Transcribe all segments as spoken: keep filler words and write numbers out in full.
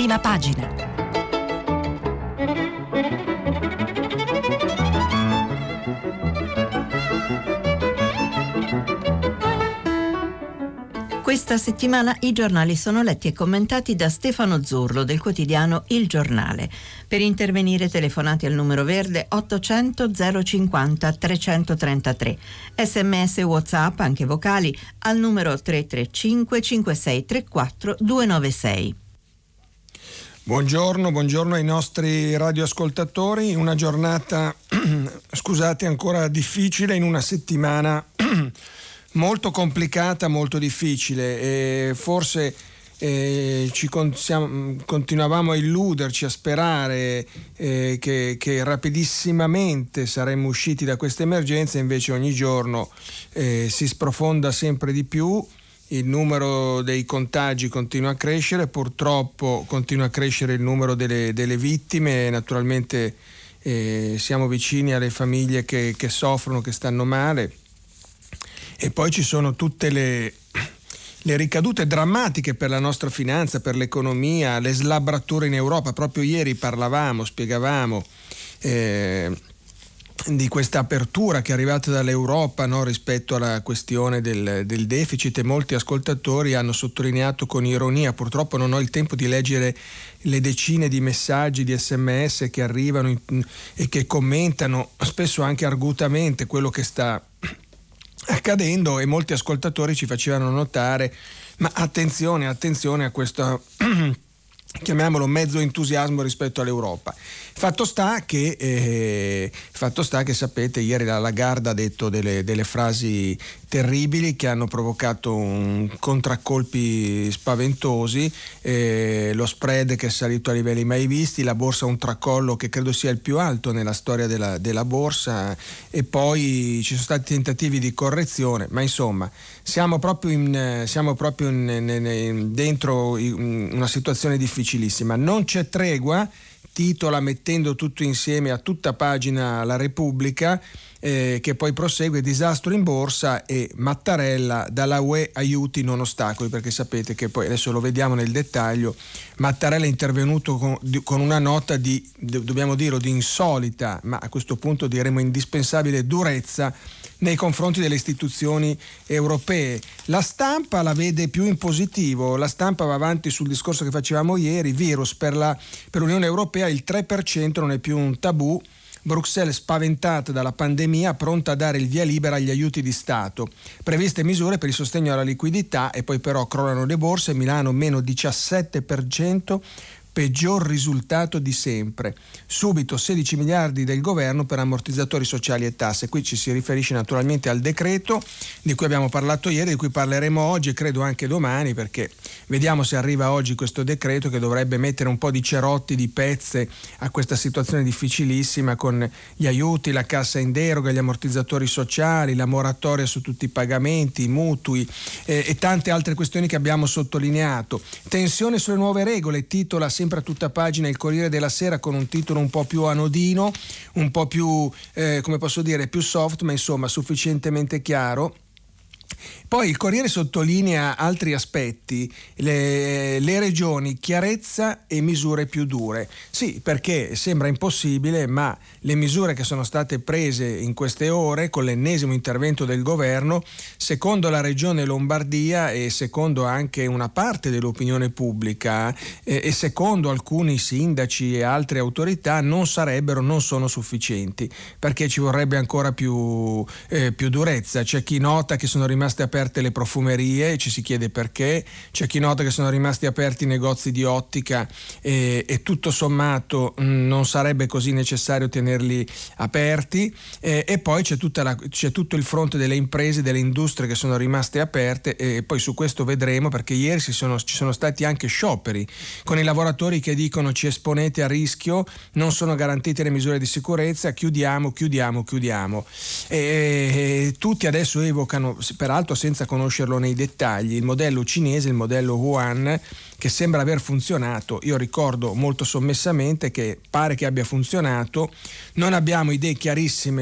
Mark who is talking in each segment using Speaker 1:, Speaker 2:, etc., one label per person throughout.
Speaker 1: Prima pagina. Questa settimana i giornali sono letti e commentati da Stefano Zurlo del quotidiano Il Giornale. Per intervenire telefonate al numero verde ottocento zero cinquanta trecentotrentatré. Sms e WhatsApp, anche vocali, al numero tre tre cinque cinque sei tre quattro due nove sei.
Speaker 2: Buongiorno, buongiorno ai nostri radioascoltatori. Una giornata, scusate, ancora difficile in una settimana molto complicata, molto difficile, e forse eh, ci con, siamo, continuavamo a illuderci, a sperare eh, che, che rapidissimamente saremmo usciti da questa emergenza. Invece ogni giorno eh, si sprofonda sempre di più, il numero dei contagi continua a crescere, purtroppo continua a crescere il numero delle, delle vittime. Naturalmente eh, siamo vicini alle famiglie che, che soffrono, che stanno male. E poi ci sono tutte le, le ricadute drammatiche per la nostra finanza, per l'economia, le slabrature in Europa. Proprio ieri parlavamo, spiegavamo eh, di questa apertura che è arrivata dall'Europa, no, rispetto alla questione del, del deficit, e molti ascoltatori hanno sottolineato con ironia: purtroppo non ho il tempo di leggere le decine di messaggi, di sms che arrivano in, e che commentano spesso anche argutamente quello che sta accadendo, e molti ascoltatori ci facevano notare: ma attenzione, attenzione a questo chiamiamolo mezzo entusiasmo rispetto all'Europa. Fatto sta che eh, fatto sta che sapete, ieri la Lagarde ha detto delle, delle frasi terribili che hanno provocato un contraccolpi spaventosi, eh, lo spread che è salito a livelli mai visti, la borsa un tracollo che credo sia il più alto nella storia della, della borsa, e poi ci sono stati tentativi di correzione, ma insomma siamo proprio, in, siamo proprio in, in, in, dentro una situazione difficilissima. Non c'è tregua, titola mettendo tutto insieme a tutta pagina La Repubblica, eh, che poi prosegue: disastro in borsa e Mattarella, dalla U E aiuti non ostacoli, perché sapete che poi, adesso lo vediamo nel dettaglio, Mattarella è intervenuto con, con una nota di, dobbiamo dirlo, di insolita, ma a questo punto diremo indispensabile durezza nei confronti delle istituzioni europee. La stampa la vede più in positivo, la stampa va avanti sul discorso che facevamo ieri: virus per, la, per l'Unione Europea, il tre per cento non è più un tabù, Bruxelles spaventata dalla pandemia, pronta a dare il via libera agli aiuti di Stato, previste misure per il sostegno alla liquidità, e poi però crollano le borse, Milano meno diciassette per cento, peggior risultato di sempre. Subito sedici miliardi del governo per ammortizzatori sociali e tasse. Qui ci si riferisce naturalmente al decreto di cui abbiamo parlato ieri, di cui parleremo oggi e credo anche domani, perché vediamo se arriva oggi questo decreto che dovrebbe mettere un po' di cerotti, di pezze a questa situazione difficilissima, con gli aiuti, la cassa in deroga, gli ammortizzatori sociali, la moratoria su tutti i pagamenti, i mutui eh, e tante altre questioni che abbiamo sottolineato. Tensione sulle nuove regole, titola sempre a tutta pagina il Corriere della Sera, con un titolo un po' più anodino, un po' più, eh, come posso dire, più soft, ma insomma sufficientemente chiaro. Poi il Corriere sottolinea altri aspetti: le, le regioni, chiarezza e misure più dure. Sì, perché sembra impossibile, ma le misure che sono state prese in queste ore con l'ennesimo intervento del governo, secondo la regione Lombardia e secondo anche una parte dell'opinione pubblica eh, e secondo alcuni sindaci e altre autorità, non sarebbero, non sono sufficienti, perché ci vorrebbe ancora più, eh, più durezza. C'è chi nota che sono rimaste aperte le profumerie, ci si chiede perché, c'è chi nota che sono rimasti aperti i negozi di ottica e, e tutto sommato mh, non sarebbe così necessario tenerli aperti, e, e poi c'è, tutta la, c'è tutto il fronte delle imprese, delle industrie che sono rimaste aperte, e poi su questo vedremo, perché ieri si sono, ci sono stati anche scioperi con i lavoratori che dicono: ci esponete a rischio, non sono garantite le misure di sicurezza, chiudiamo, chiudiamo, chiudiamo. E, e tutti adesso evocano, peraltro senza conoscerlo nei dettagli, il modello cinese, il modello Wuhan, che sembra aver funzionato. Io ricordo molto sommessamente che pare che abbia funzionato, non abbiamo idee chiarissime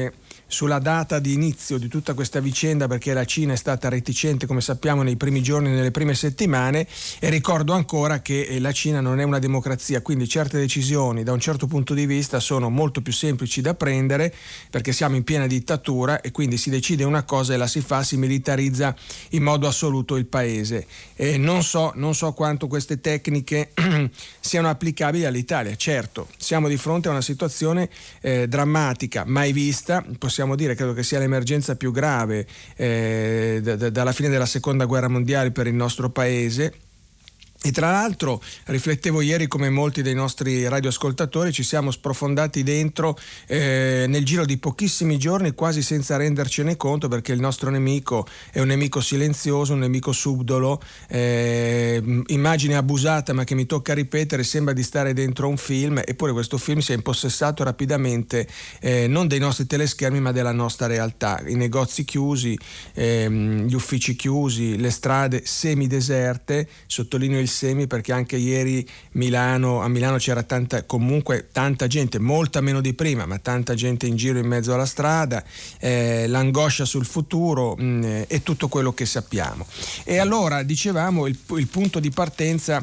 Speaker 2: sulla data di inizio di tutta questa vicenda, perché la Cina è stata reticente, come sappiamo, nei primi giorni, nelle prime settimane, e ricordo ancora che la Cina non è una democrazia, quindi certe decisioni da un certo punto di vista sono molto più semplici da prendere, perché siamo in piena dittatura e quindi si decide una cosa e la si fa, si militarizza in modo assoluto il paese. E non so, non so quanto queste tecniche siano applicabili all'Italia. Certo, siamo di fronte a una situazione eh, drammatica, mai vista, possiamo dire, credo che sia l'emergenza più grave eh, d- d- dalla fine della seconda guerra mondiale per il nostro paese. E tra l'altro riflettevo ieri come molti dei nostri radioascoltatori ci siamo sprofondati dentro eh, nel giro di pochissimi giorni, quasi senza rendercene conto, perché il nostro nemico è un nemico silenzioso, un nemico subdolo, eh, immagine abusata ma che mi tocca ripetere, sembra di stare dentro un film, eppure questo film si è impossessato rapidamente eh, non dei nostri teleschermi ma della nostra realtà, i negozi chiusi, ehm, gli uffici chiusi, le strade semideserte, sottolineo il semi perché anche ieri Milano, a Milano c'era tanta, comunque tanta gente, molta meno di prima, ma tanta gente in giro in mezzo alla strada, eh, l'angoscia sul futuro mh, e tutto quello che sappiamo. E allora dicevamo il, il punto di partenza,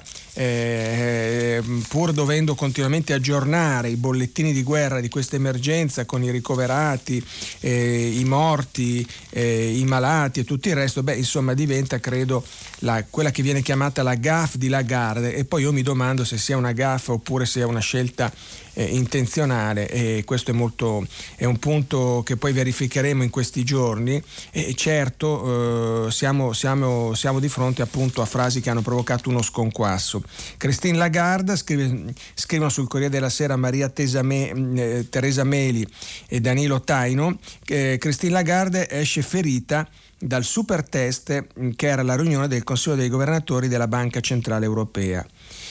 Speaker 2: eh, pur dovendo continuamente aggiornare i bollettini di guerra di questa emergenza con i ricoverati, eh, i morti, eh, i malati e tutto il resto, beh insomma diventa credo la, quella che viene chiamata la gaffe di Lagarde, e poi io mi domando se sia una gaffe oppure sia una scelta eh, intenzionale, e questo è molto è un punto che poi verificheremo in questi giorni. E certo eh, siamo, siamo, siamo di fronte appunto a frasi che hanno provocato uno sconquasso. Christine Lagarde, scrive, scrivono sul Corriere della Sera Maria Tesame, eh, Teresa Meli e Danilo Taino, che Christine Lagarde esce ferita dal super test che era la riunione del Consiglio dei Governatori della Banca Centrale Europea.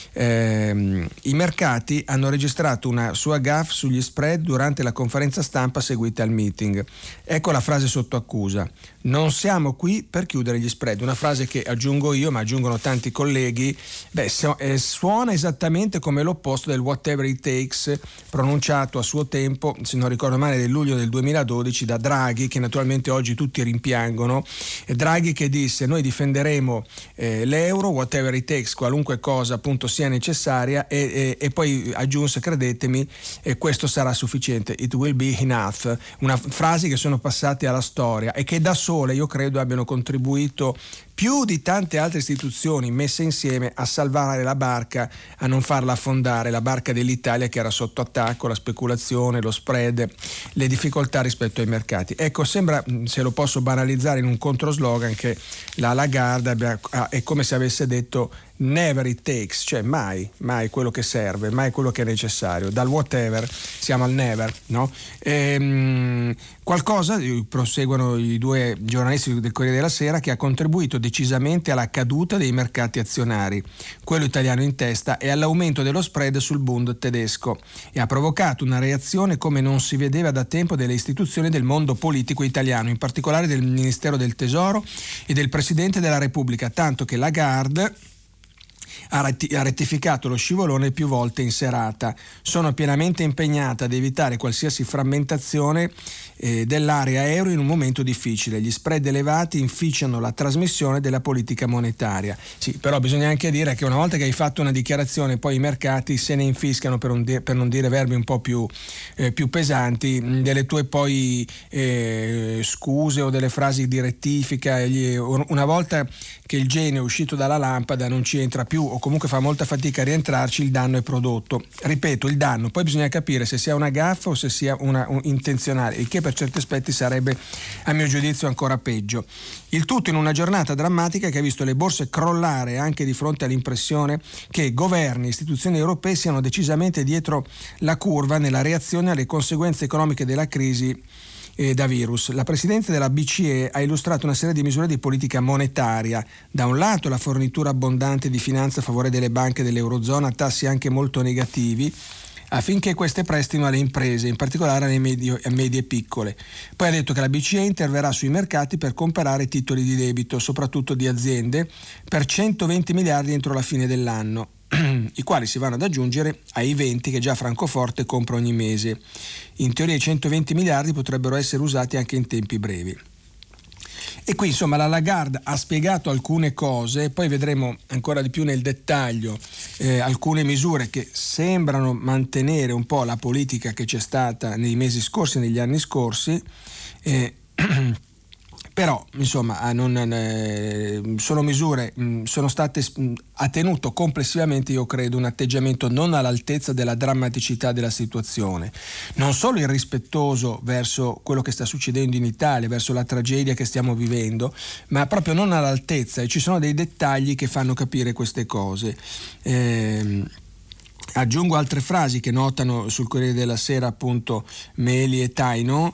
Speaker 2: Eh, I mercati hanno registrato una sua gaffe sugli spread durante la conferenza stampa seguita al meeting. Ecco la frase sotto accusa: non siamo qui per chiudere gli spread. Una frase che aggiungo io, ma aggiungono tanti colleghi. Beh, so, eh, suona esattamente come l'opposto del whatever it takes pronunciato a suo tempo, se non ricordo male, nel luglio del duemiladodici da Draghi, che naturalmente oggi tutti rimpiangono. E Draghi che disse: noi difenderemo eh, l'euro, whatever it takes, qualunque cosa appunto sia necessaria, e, e, e poi aggiunse, credetemi, e questo sarà sufficiente, it will be enough, una frasi che sono passate alla storia e che da sole io credo abbiano contribuito più di tante altre istituzioni messe insieme a salvare la barca, a non farla affondare, la barca dell'Italia che era sotto attacco, la speculazione, lo spread, le difficoltà rispetto ai mercati. Ecco, sembra, se lo posso banalizzare in un controslogan, che la Lagarde abbia, è come se avesse detto never it takes, cioè mai, mai quello che serve, mai quello che è necessario. Dal whatever siamo al never, no? Ehm, qualcosa, proseguono i due giornalisti del Corriere della Sera, che ha contribuito decisamente alla caduta dei mercati azionari, quello italiano in testa, e all'aumento dello spread sul Bund tedesco, e ha provocato una reazione come non si vedeva da tempo delle istituzioni del mondo politico italiano, in particolare del Ministero del Tesoro e del Presidente della Repubblica, tanto che Lagarde ha rettificato lo scivolone più volte in serata. Sono pienamente impegnata ad evitare qualsiasi frammentazione eh, dell'area euro in un momento difficile. Gli spread elevati inficiano la trasmissione della politica monetaria. Sì, però bisogna anche dire che una volta che hai fatto una dichiarazione, poi i mercati se ne infischiano, per, un di- per non dire verbi un po' più, eh, più pesanti, delle tue poi eh, scuse o delle frasi di rettifica. Una volta che il genio è uscito dalla lampada non ci entra più, o comunque fa molta fatica a rientrarci, il danno è prodotto. Ripeto, il danno, poi bisogna capire se sia una gaffa o se sia una un intenzionale, il che per certi aspetti sarebbe, a mio giudizio, ancora peggio. Il tutto in una giornata drammatica che ha visto le borse crollare anche di fronte all'impressione che governi e istituzioni europee siano decisamente dietro la curva nella reazione alle conseguenze economiche della crisi da virus. La Presidente della B C E ha illustrato una serie di misure di politica monetaria. Da un lato la fornitura abbondante di finanza a favore delle banche dell'Eurozona a tassi anche molto negativi, affinché queste prestino alle imprese, in particolare alle medie e medie piccole. Poi ha detto che la B C E interverrà sui mercati per comprare titoli di debito, soprattutto di aziende, per centoventi miliardi entro la fine dell'anno. i quali si vanno ad aggiungere ai venti che già Francoforte compra ogni mese. In teoria i centoventi miliardi potrebbero essere usati anche in tempi brevi. E qui insomma la Lagarde ha spiegato alcune cose, poi vedremo ancora di più nel dettaglio eh, alcune misure che sembrano mantenere un po' la politica che c'è stata nei mesi scorsi, negli anni scorsi, eh, però insomma non, eh, sono misure, mh, sono state, mh, ha tenuto complessivamente, io credo, un atteggiamento non all'altezza della drammaticità della situazione, non solo irrispettoso verso quello che sta succedendo in Italia, verso la tragedia che stiamo vivendo, ma proprio non all'altezza, e ci sono dei dettagli che fanno capire queste cose. Eh, Aggiungo altre frasi che notano sul Corriere della Sera appunto Meli e Taino.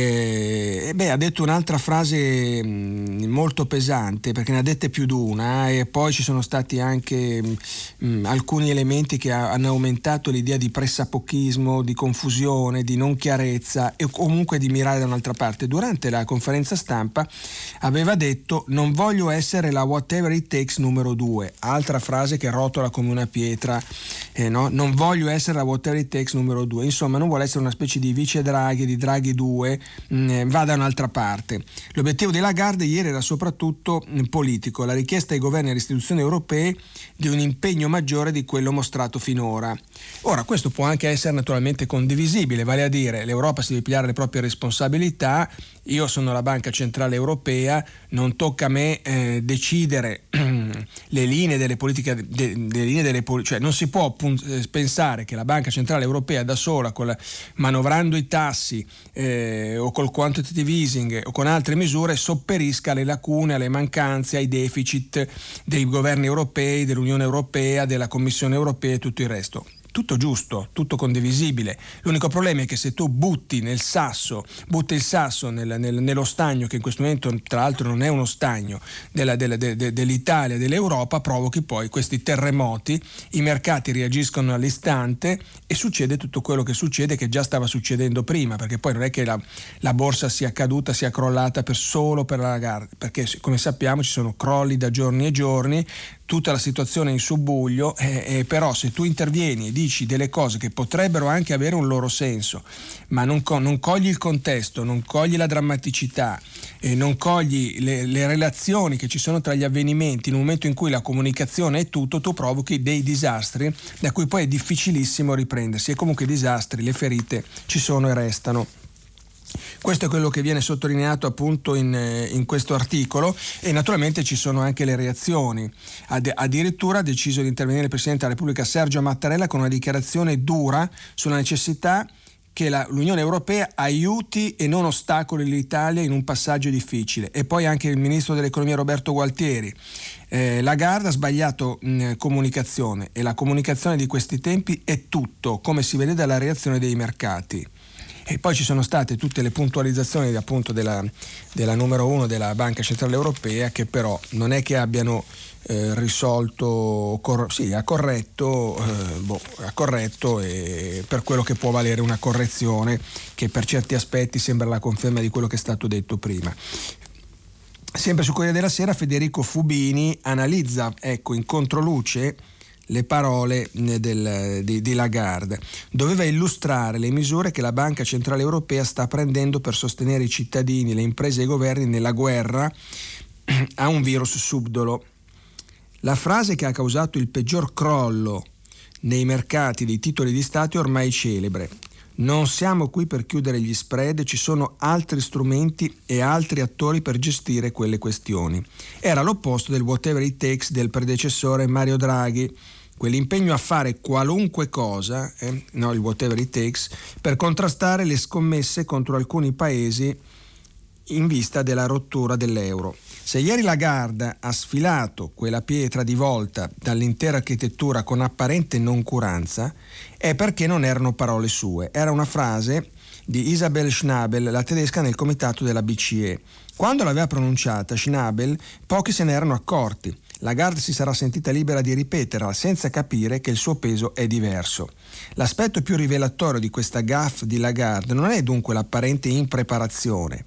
Speaker 2: Eh, e beh, ha detto un'altra frase mh, molto pesante, perché ne ha dette più di una, e poi ci sono stati anche mh, alcuni elementi che ha, hanno aumentato l'idea di pressapochismo, di confusione, di non chiarezza e comunque di mirare da un'altra parte. Durante la conferenza stampa aveva detto: non voglio essere la whatever it takes numero due, altra frase che rotola come una pietra, eh, no? Non voglio essere la whatever it takes numero due, insomma non vuole essere una specie di vice Draghi, di Draghi due, mh, va da un'altra parte. L'obiettivo di Lagarde ieri era soprattutto mh, politico, la richiesta ai governi e alle istituzioni europee di un impegno maggiore di quello mostrato finora. Ora, questo può anche essere naturalmente condivisibile, vale a dire l'Europa si deve pigliare le proprie responsabilità, io sono la Banca Centrale Europea, non tocca a me eh, decidere le linee delle politiche, de, le linee delle, cioè non si può appunto pensare che la Banca Centrale Europea da sola, con la, manovrando i tassi eh, o col quantitative easing o con altre misure, sopperisca alle lacune, alle mancanze, ai deficit dei governi europei, dell'Unione Europea, della Commissione Europea e tutto il resto. Tutto giusto, tutto condivisibile. L'unico problema è che se tu butti nel sasso, butti il sasso nel, nel, nello stagno, che in questo momento tra l'altro non è uno stagno della, della, de, de, dell'Italia, dell'Europa, provochi poi questi terremoti, i mercati reagiscono all'istante e succede tutto quello che succede, che già stava succedendo prima, perché poi non è che la, la borsa sia caduta, sia crollata per solo per la Lagarde, perché come sappiamo ci sono crolli da giorni e giorni, tutta la situazione è in subbuglio, eh, eh, però se tu intervieni e dici delle cose che potrebbero anche avere un loro senso, ma non, co- non cogli il contesto, non cogli la drammaticità, eh, non cogli le, le relazioni che ci sono tra gli avvenimenti, in un momento in cui la comunicazione è tutto, tu provochi dei disastri da cui poi è difficilissimo riprendersi, e comunque i disastri, le ferite ci sono e restano. Questo è quello che viene sottolineato appunto in, in questo articolo, e naturalmente ci sono anche le reazioni. Ad, addirittura ha deciso di intervenire il Presidente della Repubblica Sergio Mattarella con una dichiarazione dura sulla necessità che la, l'Unione Europea aiuti e non ostacoli l'Italia in un passaggio difficile. E poi anche il Ministro dell'Economia Roberto Gualtieri. Eh, Lagarde ha sbagliato mh, comunicazione, e la comunicazione di questi tempi è tutto, come si vede dalla reazione dei mercati. E poi ci sono state tutte le puntualizzazioni appunto della, della numero uno della Banca Centrale Europea, che però non è che abbiano eh, risolto, cor- sì, ha corretto, eh, boh, ha corretto e per quello che può valere una correzione che per certi aspetti sembra la conferma di quello che è stato detto prima. Sempre sul Corriere della Sera Federico Fubini analizza, ecco, in controluce le parole del, di, di Lagarde. Doveva illustrare le misure che la Banca Centrale Europea sta prendendo per sostenere i cittadini, le imprese e i governi nella guerra a un virus subdolo. La frase che ha causato il peggior crollo nei mercati dei titoli di Stato è ormai celebre. Non siamo qui per chiudere gli spread, ci sono altri strumenti e altri attori per gestire quelle questioni. Era l'opposto del whatever it takes del predecessore Mario Draghi, quell'impegno a fare qualunque cosa, eh, no, il whatever it takes, per contrastare le scommesse contro alcuni paesi in vista della rottura dell'euro. Se ieri Lagarde ha sfilato quella pietra di volta dall'intera architettura con apparente noncuranza, è perché non erano parole sue, era una frase di Isabel Schnabel, la tedesca nel comitato della B C E. Quando l'aveva pronunciata Schnabel, pochi se ne erano accorti. Lagarde si sarà sentita libera di ripeterla senza capire che il suo peso è diverso. L'aspetto più rivelatorio di questa gaffe di Lagarde non è dunque l'apparente impreparazione,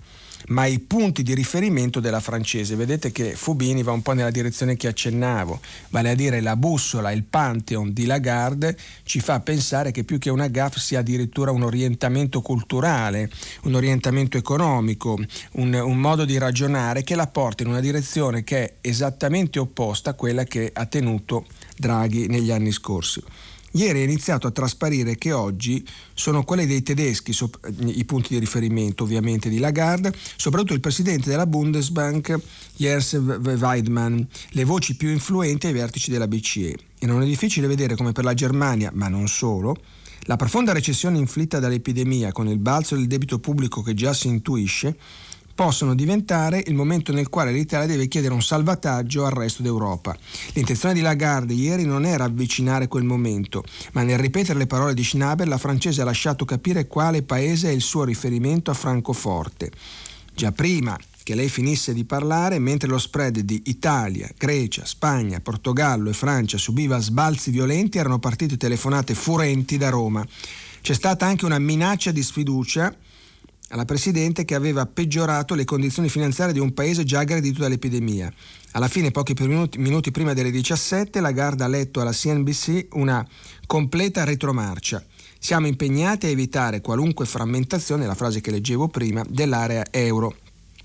Speaker 2: ma i punti di riferimento della francese. Vedete che Fubini va un po' nella direzione che accennavo, vale a dire la bussola, il Pantheon di Lagarde ci fa pensare che più che una gaffe sia addirittura un orientamento culturale, un orientamento economico, un, un modo di ragionare che la porta in una direzione che è esattamente opposta a quella che ha tenuto Draghi negli anni scorsi. Ieri è iniziato a trasparire che oggi sono quelli dei tedeschi i punti di riferimento ovviamente di Lagarde, soprattutto il presidente della Bundesbank Jens Weidmann, le voci più influenti ai vertici della B C E. E non è difficile vedere come per la Germania, ma non solo, la profonda recessione inflitta dall'epidemia con il balzo del debito pubblico che già si intuisce possono diventare il momento nel quale l'Italia deve chiedere un salvataggio al resto d'Europa. L'intenzione di Lagarde ieri non era avvicinare quel momento, ma nel ripetere le parole di Schnabel la francese ha lasciato capire quale paese è il suo riferimento a Francoforte. Già prima che lei finisse di parlare, mentre lo spread di Italia, Grecia, Spagna, Portogallo e Francia subiva sbalzi violenti, erano partite telefonate furenti da Roma. C'è stata anche una minaccia di sfiducia alla Presidente che aveva peggiorato le condizioni finanziarie di un paese già aggredito dall'epidemia. Alla fine, pochi minuti, minuti prima delle diciassette, Lagarde ha letto alla C N B C una completa retromarcia. Siamo impegnati a evitare qualunque frammentazione, la frase che leggevo prima, dell'area euro.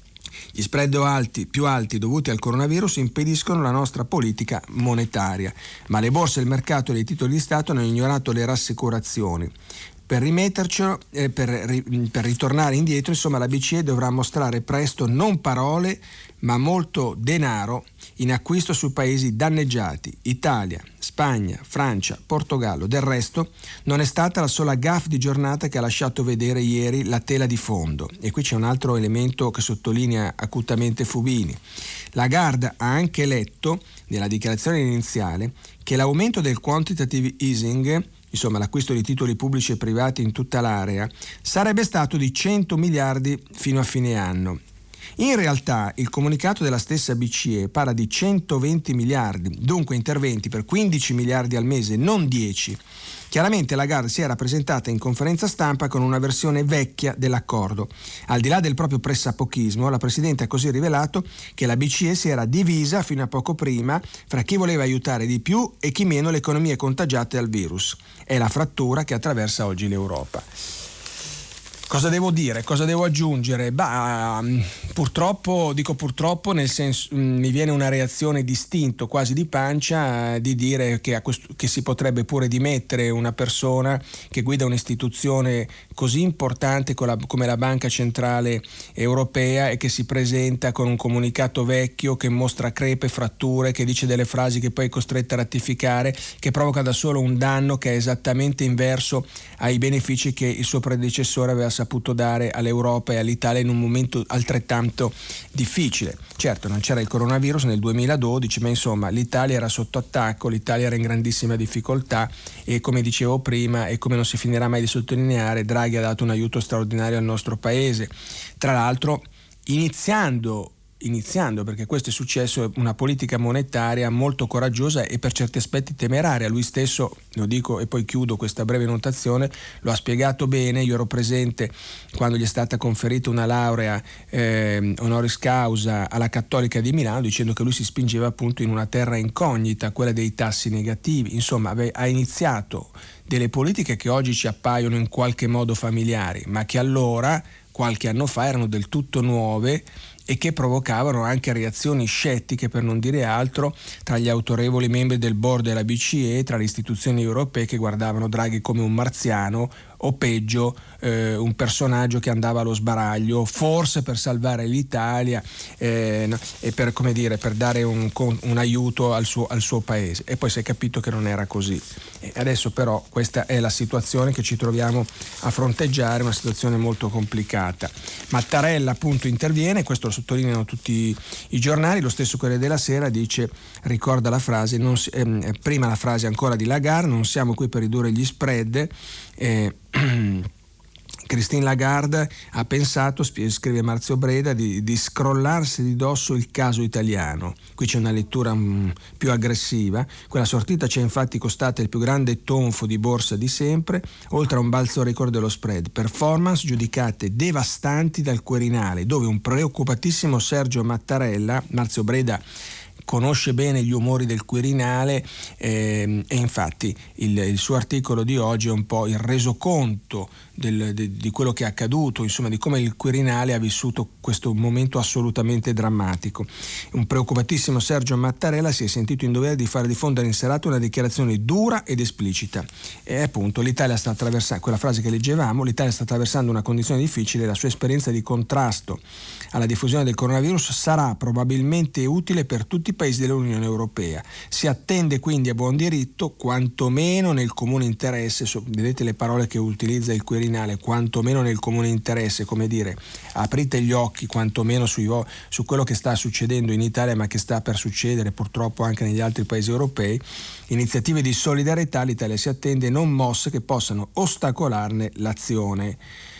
Speaker 2: Gli spread alti, più alti dovuti al coronavirus impediscono la nostra politica monetaria, ma le borse e il mercato dei titoli di Stato hanno ignorato le rassicurazioni. Per rimettercelo, eh, per, per ritornare indietro, insomma, la B C E dovrà mostrare presto non parole, ma molto denaro in acquisto sui paesi danneggiati, Italia, Spagna, Francia, Portogallo. Del resto non è stata la sola gaffe di giornata che ha lasciato vedere ieri la tela di fondo. E qui c'è un altro elemento che sottolinea acutamente Fubini. Lagarde ha anche letto, nella dichiarazione iniziale, che l'aumento del quantitative easing, insomma l'acquisto di titoli pubblici e privati in tutta l'area, sarebbe stato di cento miliardi fino a fine anno. In realtà il comunicato della stessa B C E parla di centoventi miliardi, dunque interventi per quindici miliardi al mese, non dieci. Chiaramente Lagarde si era presentata in conferenza stampa con una versione vecchia dell'accordo. Al di là del proprio pressapochismo, la Presidente ha così rivelato che la B C E si era divisa fino a poco prima fra chi voleva aiutare di più e chi meno le economie contagiate dal virus. È la frattura che attraversa oggi l'Europa. Cosa devo dire? Cosa devo aggiungere? Bah, purtroppo, dico purtroppo nel senso, mi viene una reazione distinto, quasi di pancia, di dire che, a questo, che si potrebbe pure dimettere una persona che guida un'istituzione così importante come la Banca Centrale Europea e che si presenta con un comunicato vecchio che mostra crepe, fratture, che dice delle frasi che poi è costretta a ratificare, che provoca da solo un danno che è esattamente inverso ai benefici che il suo predecessore aveva saputo dare all'Europa e all'Italia in un momento altrettanto difficile. Certo, non c'era il coronavirus nel duemiladodici, ma insomma l'Italia era sotto attacco, l'Italia era in grandissima difficoltà e, come dicevo prima e come non si finirà mai di sottolineare, Draghi ha dato un aiuto straordinario al nostro paese. Tra l'altro iniziando iniziando, perché questo è successo, una politica monetaria molto coraggiosa e per certi aspetti temeraria. Lui stesso, lo dico e poi chiudo questa breve notazione, lo ha spiegato bene. Io ero presente quando gli è stata conferita una laurea eh, honoris causa alla Cattolica di Milano, dicendo che lui si spingeva appunto in una terra incognita, quella dei tassi negativi. Insomma, ha iniziato delle politiche che oggi ci appaiono in qualche modo familiari, ma che allora, qualche anno fa, erano del tutto nuove e che provocavano anche reazioni scettiche, per non dire altro, tra gli autorevoli membri del board della B C E, tra le istituzioni europee che guardavano Draghi come un marziano o peggio eh, un personaggio che andava allo sbaraglio, forse per salvare l'Italia eh, no, e per, come dire, per dare un, un aiuto al suo, al suo paese. E poi si è capito che non era così. E adesso però questa è la situazione che ci troviamo a fronteggiare, una situazione molto complicata. Mattarella appunto interviene, questo lo sottolineano tutti i giornali, lo stesso Corriere della Sera dice, ricorda la frase, non si, eh, prima la frase ancora di Lagarde, non siamo qui per ridurre gli spread, eh, Christine Lagarde ha pensato, scrive Marzio Breda, di, di scrollarsi di dosso il caso italiano. Qui c'è una lettura mh, più aggressiva. Quella sortita ci è infatti costata il più grande tonfo di borsa di sempre, oltre a un balzo record dello spread. Performance giudicate devastanti dal Quirinale, dove un preoccupatissimo Sergio Mattarella, Marzio Breda conosce bene gli umori del Quirinale, eh, e infatti il, il suo articolo di oggi è un po' il resoconto del, de, di quello che è accaduto, insomma di come il Quirinale ha vissuto questo momento assolutamente drammatico. Un preoccupatissimo Sergio Mattarella si è sentito in dovere di fare diffondere in serata una dichiarazione dura ed esplicita, e appunto l'Italia sta attraversando, quella frase che leggevamo, l'Italia sta attraversando una condizione difficile, la sua esperienza di contrasto alla diffusione del coronavirus sarà probabilmente utile per tutti i paesi dell'Unione Europea. Si attende quindi a buon diritto, quantomeno nel comune interesse, vedete le parole che utilizza il Quirinale, quantomeno nel comune interesse, come dire, aprite gli occhi quantomeno sui, su quello che sta succedendo in Italia, ma che sta per succedere purtroppo anche negli altri paesi europei, iniziative di solidarietà. L'Italia si attende, non mosse che possano ostacolarne l'azione.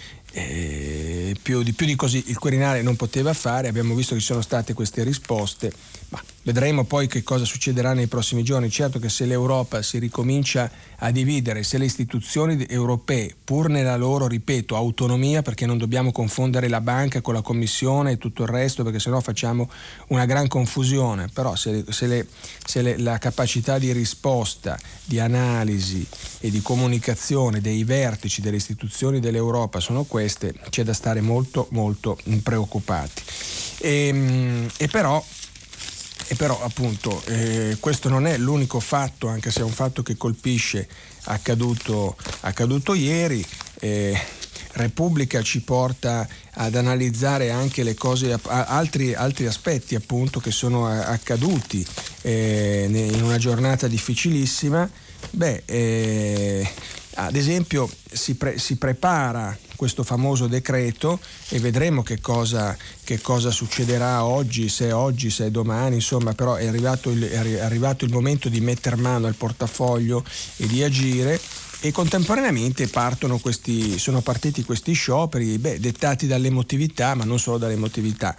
Speaker 2: Eh, più, di, più di così il Quirinale non poteva fare. Abbiamo visto che ci sono state queste risposte, ma vedremo poi che cosa succederà nei prossimi giorni. Certo che se l'Europa si ricomincia a dividere, se le istituzioni europee, pur nella loro, ripeto, autonomia, perché non dobbiamo confondere la banca con la Commissione e tutto il resto, perché sennò facciamo una gran confusione, però se, se, le, se le, la capacità di risposta, di analisi e di comunicazione dei vertici delle istituzioni dell'Europa sono queste, c'è da stare molto molto preoccupati. E, e però E però appunto eh, questo non è l'unico fatto, anche se è un fatto che colpisce, accaduto, accaduto ieri. eh, Repubblica ci porta ad analizzare anche le cose, altri, altri aspetti appunto che sono accaduti eh, in una giornata difficilissima. Beh, eh, ad esempio si, pre, si prepara questo famoso decreto e vedremo che cosa, che cosa succederà oggi, se è oggi, se è domani, insomma, però è arrivato il, è arrivato il momento di metter mano al portafoglio e di agire. E contemporaneamente partono questi, sono partiti questi scioperi, beh, dettati dall'emotività, ma non solo dall'emotività.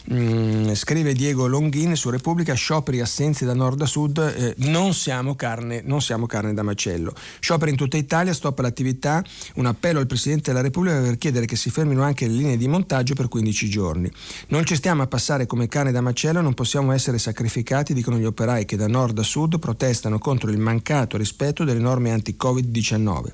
Speaker 2: Mm, scrive Diego Longhin su Repubblica: scioperi, assenze da nord a sud, eh, non siamo carne, non siamo carne da macello. Scioperi in tutta Italia, stop all'attività, un appello al Presidente della Repubblica per chiedere che si fermino anche le linee di montaggio per quindici giorni. Non ci stiamo a passare come carne da macello, non possiamo essere sacrificati, dicono gli operai che da nord a sud protestano contro il mancato rispetto delle norme anti-covid diciannove.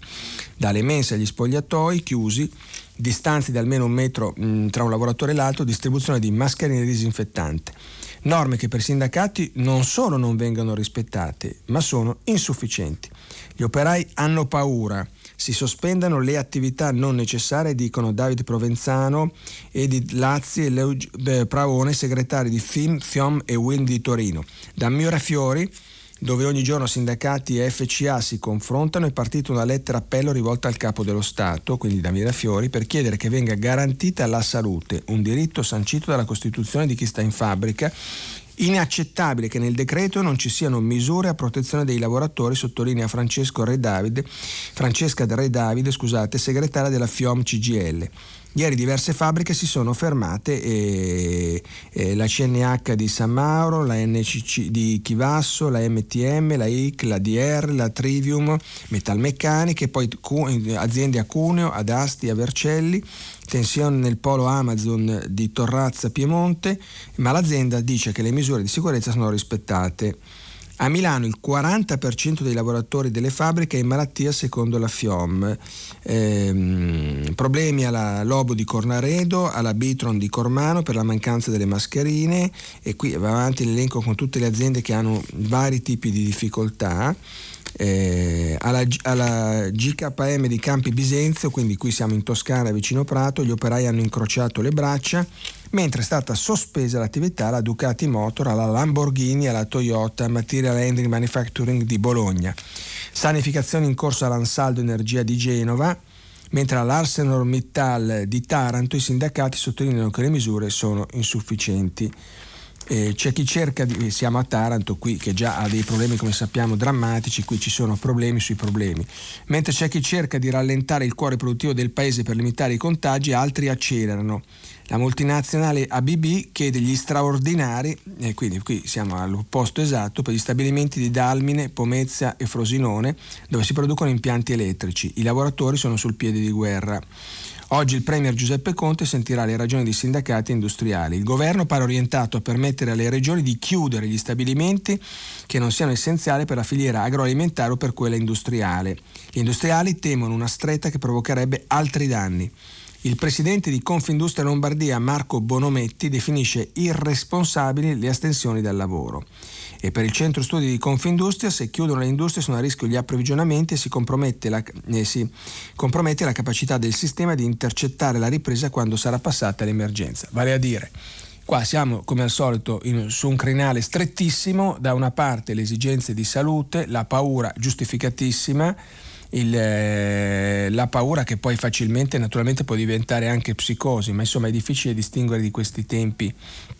Speaker 2: Dalle mense agli spogliatoi chiusi, distanze di almeno un metro mh, tra un lavoratore e l'altro, distribuzione di mascherine e disinfettante. Norme che per i sindacati non solo non vengono rispettate, ma sono insufficienti. Gli operai hanno paura, si sospendano le attività non necessarie, dicono Davide Provenzano, Edith Lazzi e Leo Pravone, segretari di F I M, F I O M e W I L di Torino. Da Mirafiori, dove ogni giorno sindacati e F C A si confrontano, è partita una lettera appello rivolta al capo dello Stato, quindi da Mirafiori, per chiedere che venga garantita la salute, un diritto sancito dalla Costituzione di chi sta in fabbrica. Inaccettabile che nel decreto non ci siano misure a protezione dei lavoratori, sottolinea Francesco Re Davide, Francesca Re Davide, scusate, segretaria della F I O M C G L. Ieri diverse fabbriche si sono fermate, e, e la C N H di San Mauro, la N C C di Chivasso, la M T M, la I C, la D R, la Trivium, Metalmeccaniche, poi aziende a Cuneo, ad Asti, a Vercelli, tensione nel polo Amazon di Torrazza Piemonte, ma l'azienda dice che le misure di sicurezza sono rispettate. A Milano il quaranta per cento dei lavoratori delle fabbriche è in malattia secondo la F I O M. Ehm, problemi alla Lobo di Cornaredo, alla Bitron di Cormano per la mancanza delle mascherine, e qui va avanti l'elenco con tutte le aziende che hanno vari tipi di difficoltà. Eh, alla, alla G K M di Campi Bisenzio, quindi qui siamo in Toscana vicino Prato, gli operai hanno incrociato le braccia, mentre è stata sospesa l'attività alla Ducati Motor, alla Lamborghini, alla Toyota Material Handling Manufacturing di Bologna. Sanificazione in corso all'Ansaldo Energia di Genova, mentre all'ArcelorMittal di Taranto i sindacati sottolineano che le misure sono insufficienti. Eh, c'è chi cerca di, siamo a Taranto qui che già ha dei problemi come sappiamo drammatici, qui ci sono problemi sui problemi, mentre c'è chi cerca di rallentare il cuore produttivo del paese per limitare i contagi, altri accelerano. La multinazionale A B B chiede gli straordinari, e quindi qui siamo all'opposto esatto, per gli stabilimenti di Dalmine, Pomezia e Frosinone, dove si producono impianti elettrici. I lavoratori sono sul piede di guerra. Oggi il premier Giuseppe Conte sentirà le ragioni dei sindacati industriali. Il governo pare orientato a permettere alle regioni di chiudere gli stabilimenti che non siano essenziali per la filiera agroalimentare o per quella industriale. Gli industriali temono una stretta che provocherebbe altri danni. Il presidente di Confindustria Lombardia, Marco Bonometti, definisce irresponsabili le astensioni dal lavoro. E per il centro studi di Confindustria, se chiudono le industrie sono a rischio gli approvvigionamenti e si compromette la, eh, si compromette la capacità del sistema di intercettare la ripresa quando sarà passata l'emergenza. Vale a dire, qua siamo come al solito in, su un crinale strettissimo, da una parte le esigenze di salute, la paura giustificatissima, Il, eh, la paura che poi facilmente naturalmente può diventare anche psicosi, ma insomma è difficile distinguere di questi tempi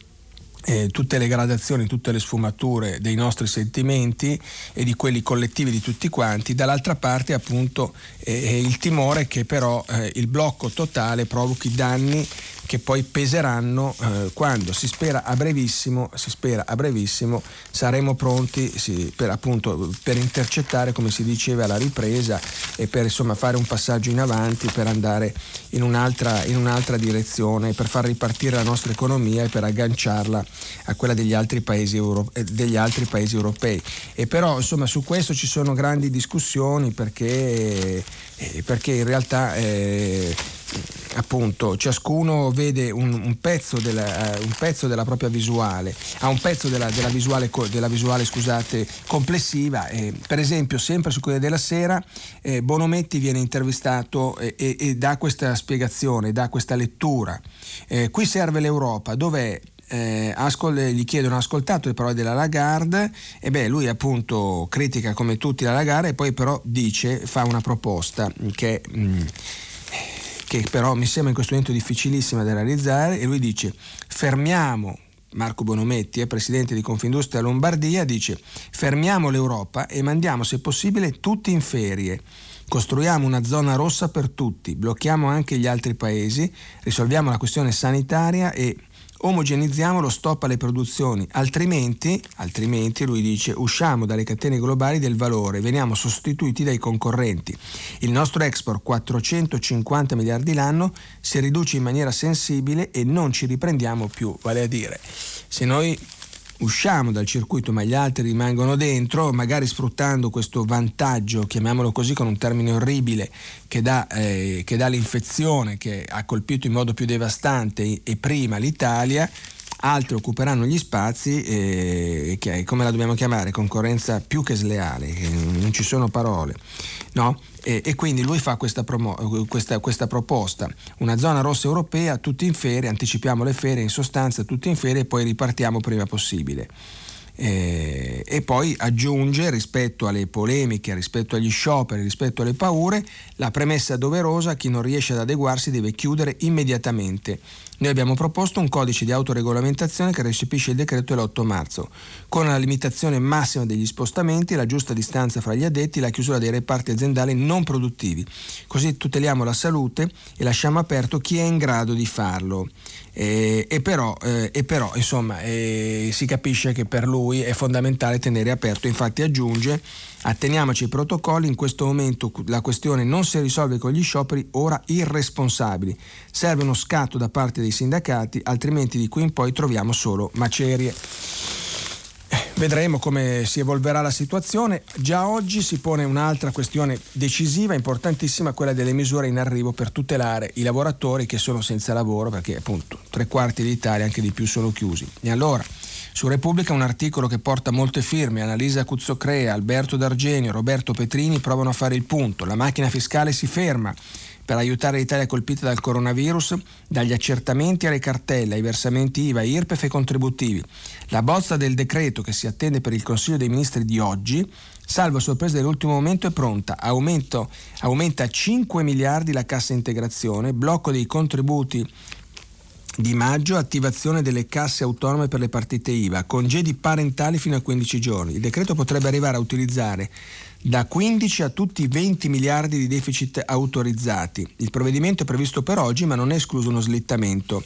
Speaker 2: eh, tutte le gradazioni, tutte le sfumature dei nostri sentimenti e di quelli collettivi di tutti quanti. Dall'altra parte appunto eh, il timore che però eh, il blocco totale provochi danni che poi peseranno eh, quando si spera a brevissimo, si spera a brevissimo saremo pronti sì, per appunto per intercettare, come si diceva, la ripresa e per insomma fare un passaggio in avanti, per andare in un'altra, in un'altra direzione, per far ripartire la nostra economia e per agganciarla a quella degli altri paesi euro, degli altri paesi europei. E però insomma su questo ci sono grandi discussioni perché, eh, perché in realtà eh, appunto ciascuno vede un, un, pezzo della, uh, un pezzo della propria visuale, ha un pezzo della, della visuale, della visuale scusate, complessiva. Eh, per esempio sempre su Corriere della Sera eh, Bonometti viene intervistato e, e, e dà questa spiegazione, dà questa lettura. Eh, qui serve l'Europa, dov'è? Eh, ascol- gli chiedono ascoltato le parole della Lagarde e beh lui appunto critica come tutti la Lagarde e poi però dice, fa una proposta che mh, che però mi sembra in questo momento difficilissima da realizzare, e lui dice fermiamo, Marco Bonometti, è presidente di Confindustria Lombardia, dice fermiamo l'Europa e mandiamo se possibile tutti in ferie, costruiamo una zona rossa per tutti, blocchiamo anche gli altri paesi, risolviamo la questione sanitaria e omogenizziamo lo stop alle produzioni, altrimenti, altrimenti lui dice usciamo dalle catene globali del valore, veniamo sostituiti dai concorrenti. Il nostro export, quattrocentocinquanta miliardi l'anno, si riduce in maniera sensibile e non ci riprendiamo più. Vale a dire, se noi usciamo dal circuito ma gli altri rimangono dentro, magari sfruttando questo vantaggio, chiamiamolo così con un termine orribile, che dà, eh, che dà l'infezione che ha colpito in modo più devastante e prima l'Italia, altri occuperanno gli spazi, eh, che come la dobbiamo chiamare? Concorrenza più che sleale, che non ci sono parole, no? E, e quindi lui fa questa, promo, questa, questa proposta, una zona rossa europea, tutti in ferie, anticipiamo le ferie, in sostanza tutti in ferie e poi ripartiamo prima possibile. Eh, e poi aggiunge, rispetto alle polemiche, rispetto agli scioperi, rispetto alle paure, la premessa doverosa: chi non riesce ad adeguarsi deve chiudere immediatamente. Noi abbiamo proposto un codice di autoregolamentazione che recepisce il decreto dell'otto marzo, con la limitazione massima degli spostamenti, la giusta distanza fra gli addetti, la chiusura dei reparti aziendali non produttivi. Così tuteliamo la salute e lasciamo aperto chi è in grado di farlo. Eh, e, però, eh, e però insomma eh, si capisce che per lui è fondamentale tenere aperto. Infatti aggiunge: atteniamoci ai protocolli, in questo momento la questione non si risolve con gli scioperi ora irresponsabili, serve uno scatto da parte dei sindacati, altrimenti di qui in poi troviamo solo macerie. Vedremo come si evolverà la situazione. Già oggi si pone un'altra questione decisiva, importantissima, quella delle misure in arrivo per tutelare i lavoratori che sono senza lavoro, perché appunto tre quarti d'Italia, anche di più, sono chiusi. E allora su Repubblica un articolo che porta molte firme: Annalisa Cuzzocrea, Alberto D'Argenio, Roberto Petrini provano a fare il punto. La macchina fiscale si ferma per aiutare l'Italia colpita dal coronavirus, dagli accertamenti alle cartelle, ai versamenti I V A, I R P E F e contributivi. La bozza del decreto che si attende per il Consiglio dei Ministri di oggi, salvo sorprese dell'ultimo momento, è pronta. Aumento, aumenta a cinque miliardi la cassa integrazione, blocco dei contributi di maggio, attivazione delle casse autonome per le partite I V A, congedi parentali fino a quindici giorni. Il decreto potrebbe arrivare a utilizzare da quindici a tutti i venti miliardi di deficit autorizzati. Il provvedimento è previsto per oggi, ma non è escluso uno slittamento.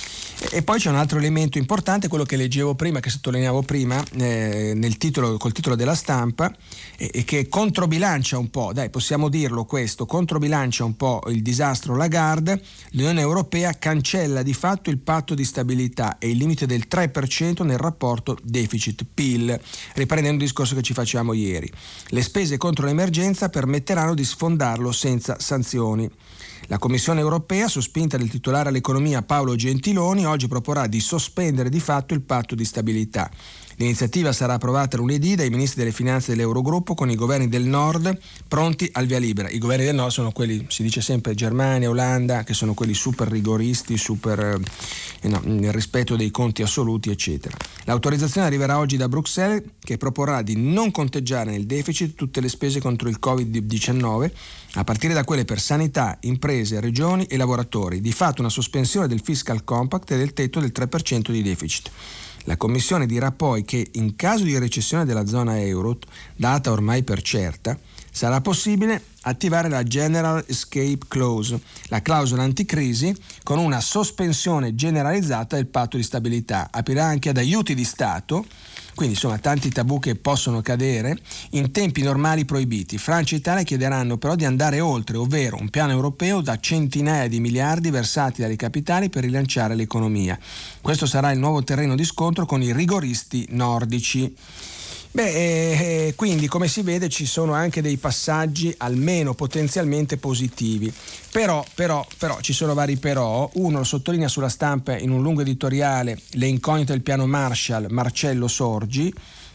Speaker 2: E poi c'è un altro elemento importante, quello che leggevo prima, che sottolineavo prima eh, nel titolo, col titolo della Stampa, e, e che controbilancia un po', dai, possiamo dirlo questo, controbilancia un po' il disastro Lagarde. L'Unione Europea cancella di fatto il patto di stabilità e il limite del tre per cento nel rapporto deficit-P I L, riprendendo il discorso che ci facciamo ieri. Le spese contro l'emergenza permetteranno di sfondarlo senza sanzioni. La Commissione europea, sospinta del titolare all'economia Paolo Gentiloni, oggi proporrà di sospendere di fatto il patto di stabilità. L'iniziativa sarà approvata lunedì dai ministri delle finanze dell'Eurogruppo con i governi del nord pronti al via libera. I governi del nord sono quelli, si dice sempre Germania, Olanda, che sono quelli super rigoristi, super eh, no, nel rispetto dei conti assoluti, eccetera. L'autorizzazione arriverà oggi da Bruxelles, che proporrà di non conteggiare nel deficit tutte le spese contro il covid diciannove, a partire da quelle per sanità, imprese, regioni e lavoratori. Di fatto una sospensione del fiscal compact e del tetto del tre per cento di deficit. La Commissione dirà poi che in caso di recessione della zona euro, data ormai per certa, sarà possibile attivare la General Escape Clause, la clausola anticrisi, con una sospensione generalizzata del patto di stabilità. Aprirà anche ad aiuti di Stato, quindi insomma tanti tabù che possono cadere, in tempi normali proibiti. Francia e Italia chiederanno però di andare oltre, ovvero un piano europeo da centinaia di miliardi versati dalle capitali per rilanciare l'economia. Questo sarà il nuovo terreno di scontro con i rigoristi nordici. Beh, eh, quindi come si vede ci sono anche dei passaggi almeno potenzialmente positivi, però, però, però ci sono vari però. Uno lo sottolinea sulla Stampa in un lungo editoriale, le incognite del piano Marshall, Marcello Sorgi,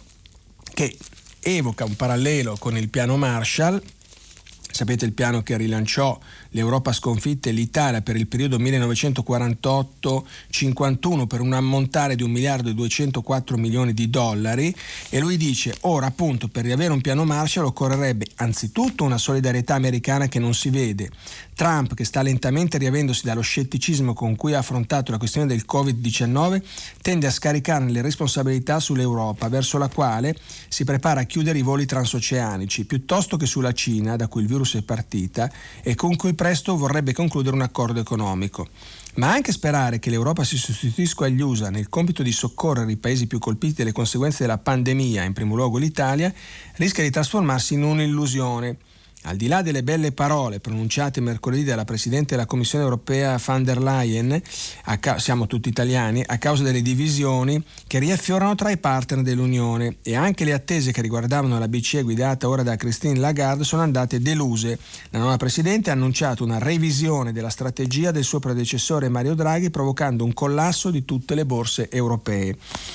Speaker 2: che evoca un parallelo con il piano Marshall. Sapete, il piano che rilanciò l'Europa sconfitta e l'Italia per il periodo millenovecentoquarantotto cinquantuno per un ammontare di un miliardo e duecentoquattro milioni di dollari, e lui dice: ora appunto per riavere un piano Marshall occorrerebbe anzitutto una solidarietà americana che non si vede. Trump, che sta lentamente riavendosi dallo scetticismo con cui ha affrontato la questione del covid diciannove, tende a scaricarne le responsabilità sull'Europa, verso la quale si prepara a chiudere i voli transoceanici, piuttosto che sulla Cina, da cui il virus è partita e con cui presto vorrebbe concludere un accordo economico. Ma anche sperare che l'Europa si sostituisca agli U S A nel compito di soccorrere i paesi più colpiti dalle conseguenze della pandemia, in primo luogo l'Italia, rischia di trasformarsi in un'illusione. Al di là delle belle parole pronunciate mercoledì dalla Presidente della Commissione europea von der Leyen, a ca- siamo tutti italiani, a causa delle divisioni che riaffiorano tra i partner dell'Unione, e anche le attese che riguardavano la B C E guidata ora da Christine Lagarde sono andate deluse. La nuova Presidente ha annunciato una revisione della strategia del suo predecessore Mario Draghi, provocando un collasso di tutte le borse europee.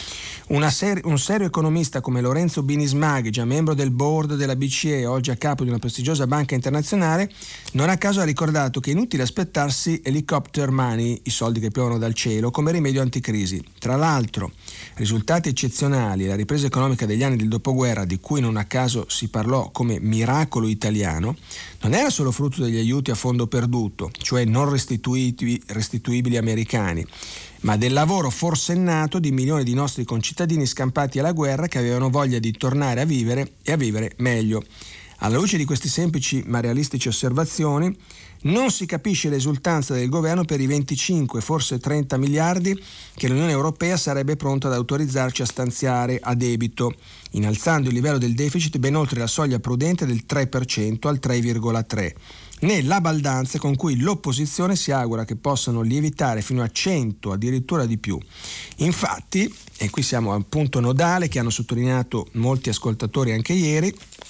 Speaker 2: Una ser- un serio economista come Lorenzo Binismaghi, già membro del board della B C E, oggi a capo di una prestigiosa banca internazionale, non a caso ha ricordato che è inutile aspettarsi helicopter money, i soldi che piovono dal cielo, come rimedio anticrisi. Tra l'altro, risultati eccezionali e la ripresa economica degli anni del dopoguerra, di cui non a caso si parlò come miracolo italiano, non era solo frutto degli aiuti a fondo perduto, cioè non restituiti, restituibili americani, ma del lavoro forsennato di milioni di nostri concittadini scampati alla guerra che avevano voglia di tornare a vivere e a vivere meglio. Alla luce di queste semplici ma realistiche osservazioni, non si capisce l'esultanza del governo per i venticinque, forse trenta miliardi che l'Unione Europea sarebbe pronta ad autorizzarci a stanziare a debito, innalzando il livello del deficit ben oltre la soglia prudente del tre per cento al tre virgola tre per cento. Né la baldanza con cui l'opposizione si augura che possano lievitare fino a cento, addirittura di più. Infatti, e qui siamo al punto nodale che hanno sottolineato molti ascoltatori anche ieri,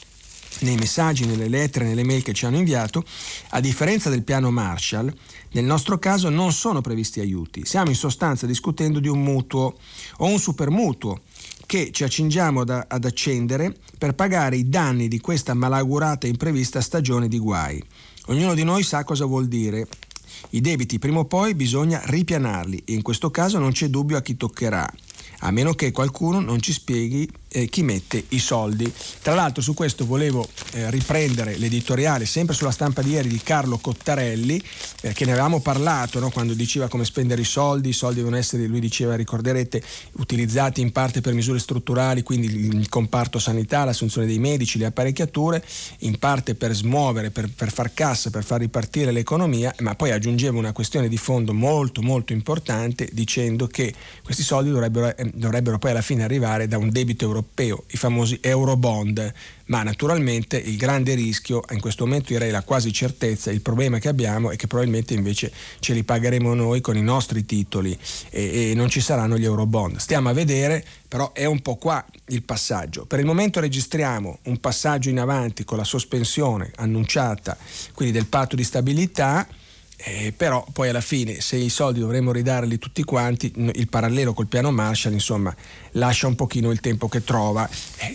Speaker 2: nei messaggi, nelle lettere, nelle mail che ci hanno inviato, a differenza del piano Marshall, nel nostro caso non sono previsti aiuti. Stiamo in sostanza discutendo di un mutuo o un supermutuo che ci accingiamo ad, ad accendere per pagare i danni di questa malaugurata e imprevista stagione di guai. Ognuno di noi sa cosa vuol dire. I debiti prima o poi bisogna ripianarli, e in questo caso non c'è dubbio a chi toccherà, a meno che qualcuno non ci spieghi eh, chi mette i soldi. Tra l'altro su questo volevo eh, riprendere l'editoriale sempre sulla Stampa di ieri di Carlo Cottarelli, perché ne avevamo parlato, no? Quando diceva come spendere i soldi, i soldi devono essere, lui diceva, ricorderete, utilizzati in parte per misure strutturali, quindi il comparto sanità, l'assunzione dei medici, le apparecchiature, in parte per smuovere, per, per far cassa, per far ripartire l'economia, ma poi aggiungeva una questione di fondo molto molto importante, dicendo che questi soldi dovrebbero, eh, dovrebbero poi alla fine arrivare da un debito europeo, i famosi Eurobond, ma naturalmente il grande rischio, in questo momento direi la quasi certezza, il problema che abbiamo è che probabilmente invece ce li pagheremo noi con i nostri titoli e, e non ci saranno gli Eurobond. Stiamo a vedere, però è un po' qua il passaggio. Per il momento registriamo un passaggio in avanti con la sospensione annunciata, quindi del patto di stabilità. Eh, però poi alla fine, se i soldi dovremmo ridarli tutti quanti, il parallelo col piano Marshall insomma lascia un pochino il tempo che trova.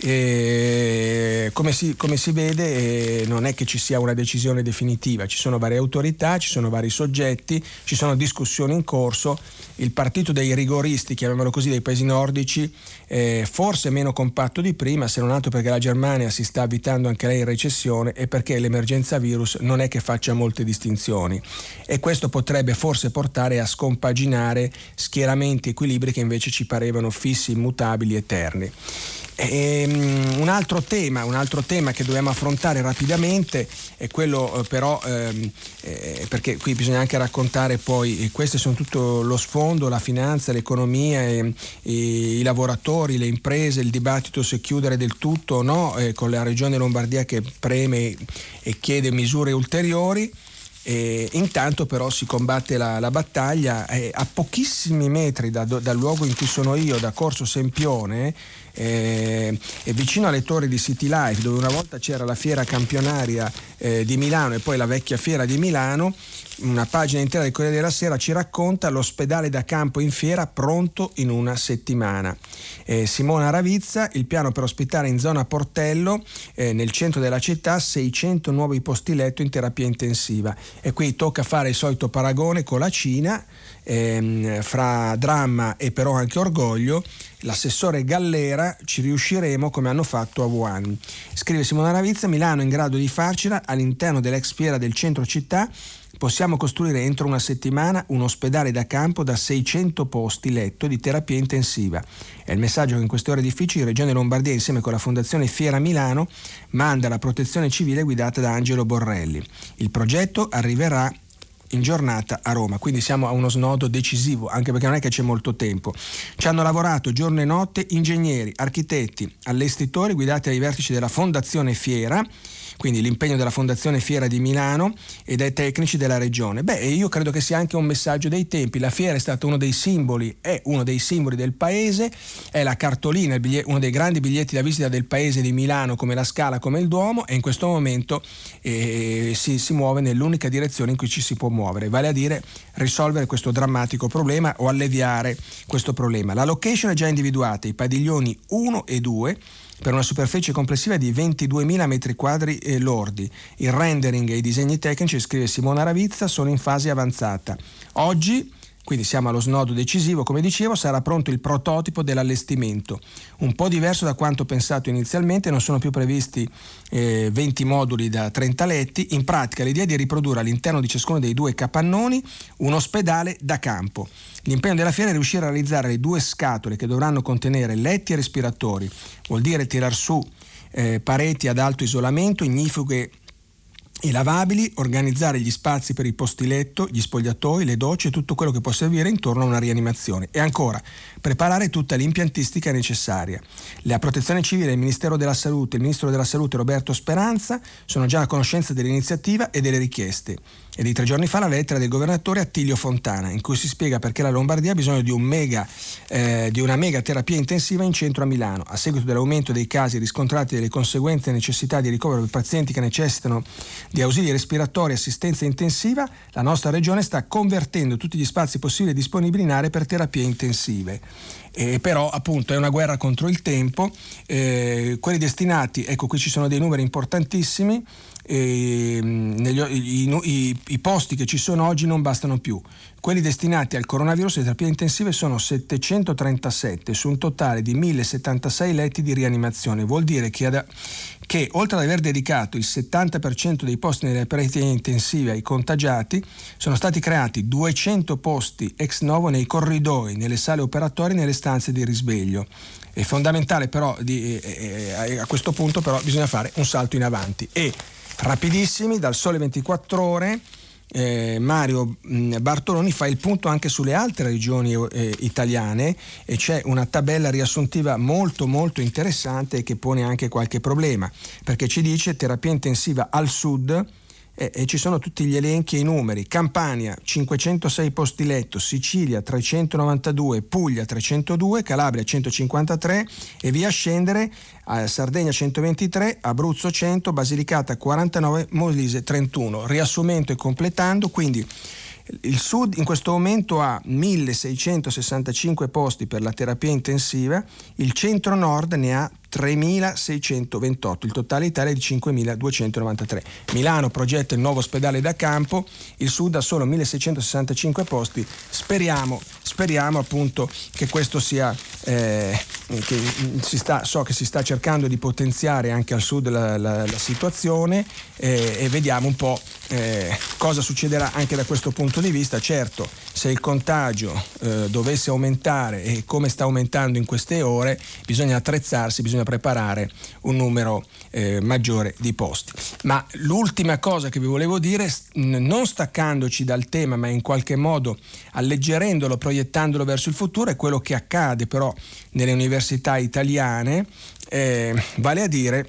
Speaker 2: Eh, come, si, come si vede, eh, non è che ci sia una decisione definitiva, ci sono varie autorità, ci sono vari soggetti, ci sono discussioni in corso. Il partito dei rigoristi, chiamiamolo così, dei paesi nordici, eh, forse meno compatto di prima, se non altro perché la Germania si sta avvitando anche lei in recessione e perché l'emergenza virus non è che faccia molte distinzioni. E questo potrebbe forse portare a scompaginare schieramenti e equilibri che invece ci parevano fissi, immutabili, eterni. E, um, un altro tema, un altro tema che dobbiamo affrontare rapidamente è quello eh, però ehm, eh, perché qui bisogna anche raccontare poi, e questo sono tutto lo sfondo, la finanza, l'economia, e, e, i lavoratori, le imprese, il dibattito se chiudere del tutto o no, eh, con la regione Lombardia che preme e chiede misure ulteriori. E intanto però si combatte la, la battaglia eh, a pochissimi metri da, dal luogo in cui sono io, da Corso Sempione, eh, e vicino alle torri di City Life, dove una volta c'era la fiera campionaria eh, di Milano e poi la vecchia fiera di Milano. Una pagina intera del Corriere della Sera ci racconta l'ospedale da campo in fiera pronto in una settimana. Eh, Simona Ravizza, il piano per ospitare in zona Portello, eh, nel centro della città, seicento nuovi posti letto in terapia intensiva. E qui tocca fare il solito paragone con la Cina, ehm, fra dramma e però anche orgoglio. L'assessore Gallera: ci riusciremo come hanno fatto a Wuhan. Scrive Simona Ravizza: Milano è in grado di farcela, all'interno dell'ex fiera del centro città possiamo costruire entro una settimana un ospedale da campo da seicento posti letto di terapia intensiva. È il messaggio che in queste ore difficili Regione Lombardia, insieme con la Fondazione Fiera Milano, manda alla Protezione Civile guidata da Angelo Borrelli. Il progetto arriverà in giornata a Roma, quindi siamo a uno snodo decisivo, anche perché non è che c'è molto tempo. Ci hanno lavorato giorno e notte ingegneri, architetti, allestitori guidati ai vertici della Fondazione Fiera, quindi l'impegno della Fondazione Fiera di Milano, e dai tecnici della regione. Beh, io credo che sia anche un messaggio dei tempi. La fiera è stato uno dei simboli, è uno dei simboli del paese, è la cartolina, il biglietto, uno dei grandi biglietti da visita del paese di Milano, come la Scala, come il Duomo, e in questo momento eh, si, si muove nell'unica direzione in cui ci si può muovere, vale a dire risolvere questo drammatico problema o alleviare questo problema. La location è già individuata, i padiglioni uno e due, per una superficie complessiva di ventiduemila metri quadri eh, lordi. Il rendering e i disegni tecnici, scrive Simona Ravizza, sono in fase avanzata. Oggi, quindi siamo allo snodo decisivo, come dicevo, sarà pronto il prototipo dell'allestimento. Un po' diverso da quanto pensato inizialmente, non sono più previsti eh, venti moduli da trenta letti. In pratica l'idea è di riprodurre all'interno di ciascuno dei due capannoni un ospedale da campo. L'impegno della fiera è riuscire a realizzare le due scatole che dovranno contenere letti e respiratori. Vuol dire tirar su eh, pareti ad alto isolamento, ignifughe e lavabili, organizzare gli spazi per i posti letto, gli spogliatoi, le docce, tutto quello che può servire intorno a una rianimazione. E ancora, preparare tutta l'impiantistica necessaria. La Protezione Civile, il Ministero della Salute, il Ministro della Salute Roberto Speranza sono già a conoscenza dell'iniziativa e delle richieste. E di tre giorni fa la lettera del governatore Attilio Fontana, in cui si spiega perché la Lombardia ha bisogno di, un mega, eh, di una mega terapia intensiva in centro a Milano. A seguito dell'aumento dei casi riscontrati e delle conseguenti necessità di ricovero per pazienti che necessitano di ausili respiratori e assistenza intensiva, la nostra regione sta convertendo tutti gli spazi possibili e disponibili in aree per terapie intensive. Eh, però appunto è una guerra contro il tempo, eh, quelli destinati, ecco qui ci sono dei numeri importantissimi, eh, negli, i, i, i posti che ci sono oggi non bastano più. Quelli destinati al coronavirus e terapie intensive sono settecentotrentasette su un totale di millesettantasei letti di rianimazione. Vuol dire che, ad, che oltre ad aver dedicato il settanta per cento dei posti nelle terapie intensive ai contagiati, sono stati creati duecento posti ex novo nei corridoi, nelle sale operatorie e nelle stanze di risveglio. È fondamentale però, di, eh, a questo punto però bisogna fare un salto in avanti e rapidissimi, dal Sole ventiquattro Ore, Eh, Mario mh, Bartoloni fa il punto anche sulle altre regioni eh, italiane e c'è una tabella riassuntiva molto molto interessante che pone anche qualche problema, perché ci dice terapia intensiva al sud eh, e ci sono tutti gli elenchi e i numeri: Campania cinquecentosei posti letto, Sicilia trecentonovantadue, Puglia trecentodue, Calabria centocinquantatré e via scendere, a Sardegna centoventitré, Abruzzo cento, Basilicata quarantanove, Molise trentuno. Riassumendo e completando, quindi il Sud in questo momento ha milleseicentosessantacinque posti per la terapia intensiva, il Centro-Nord ne ha tremilaseicentoventotto, il totale Italia è di cinquemiladuecentonovantatré. Milano progetta il nuovo ospedale da campo, il Sud ha solo milleseicentosessantacinque posti. Speriamo, speriamo appunto che questo sia, eh, che si sta, so che si sta cercando di potenziare anche al Sud la, la, la situazione eh, e vediamo un po' eh, cosa succederà anche da questo punto di vista. Certo, se il contagio eh, dovesse aumentare e come sta aumentando in queste ore, bisogna attrezzarsi, bisogna preparare un numero eh, maggiore di posti. Ma l'ultima cosa che vi volevo dire, non staccandoci dal tema ma in qualche modo alleggerendolo, proiettandolo verso il futuro, è quello che accade però nelle università italiane, eh, vale a dire,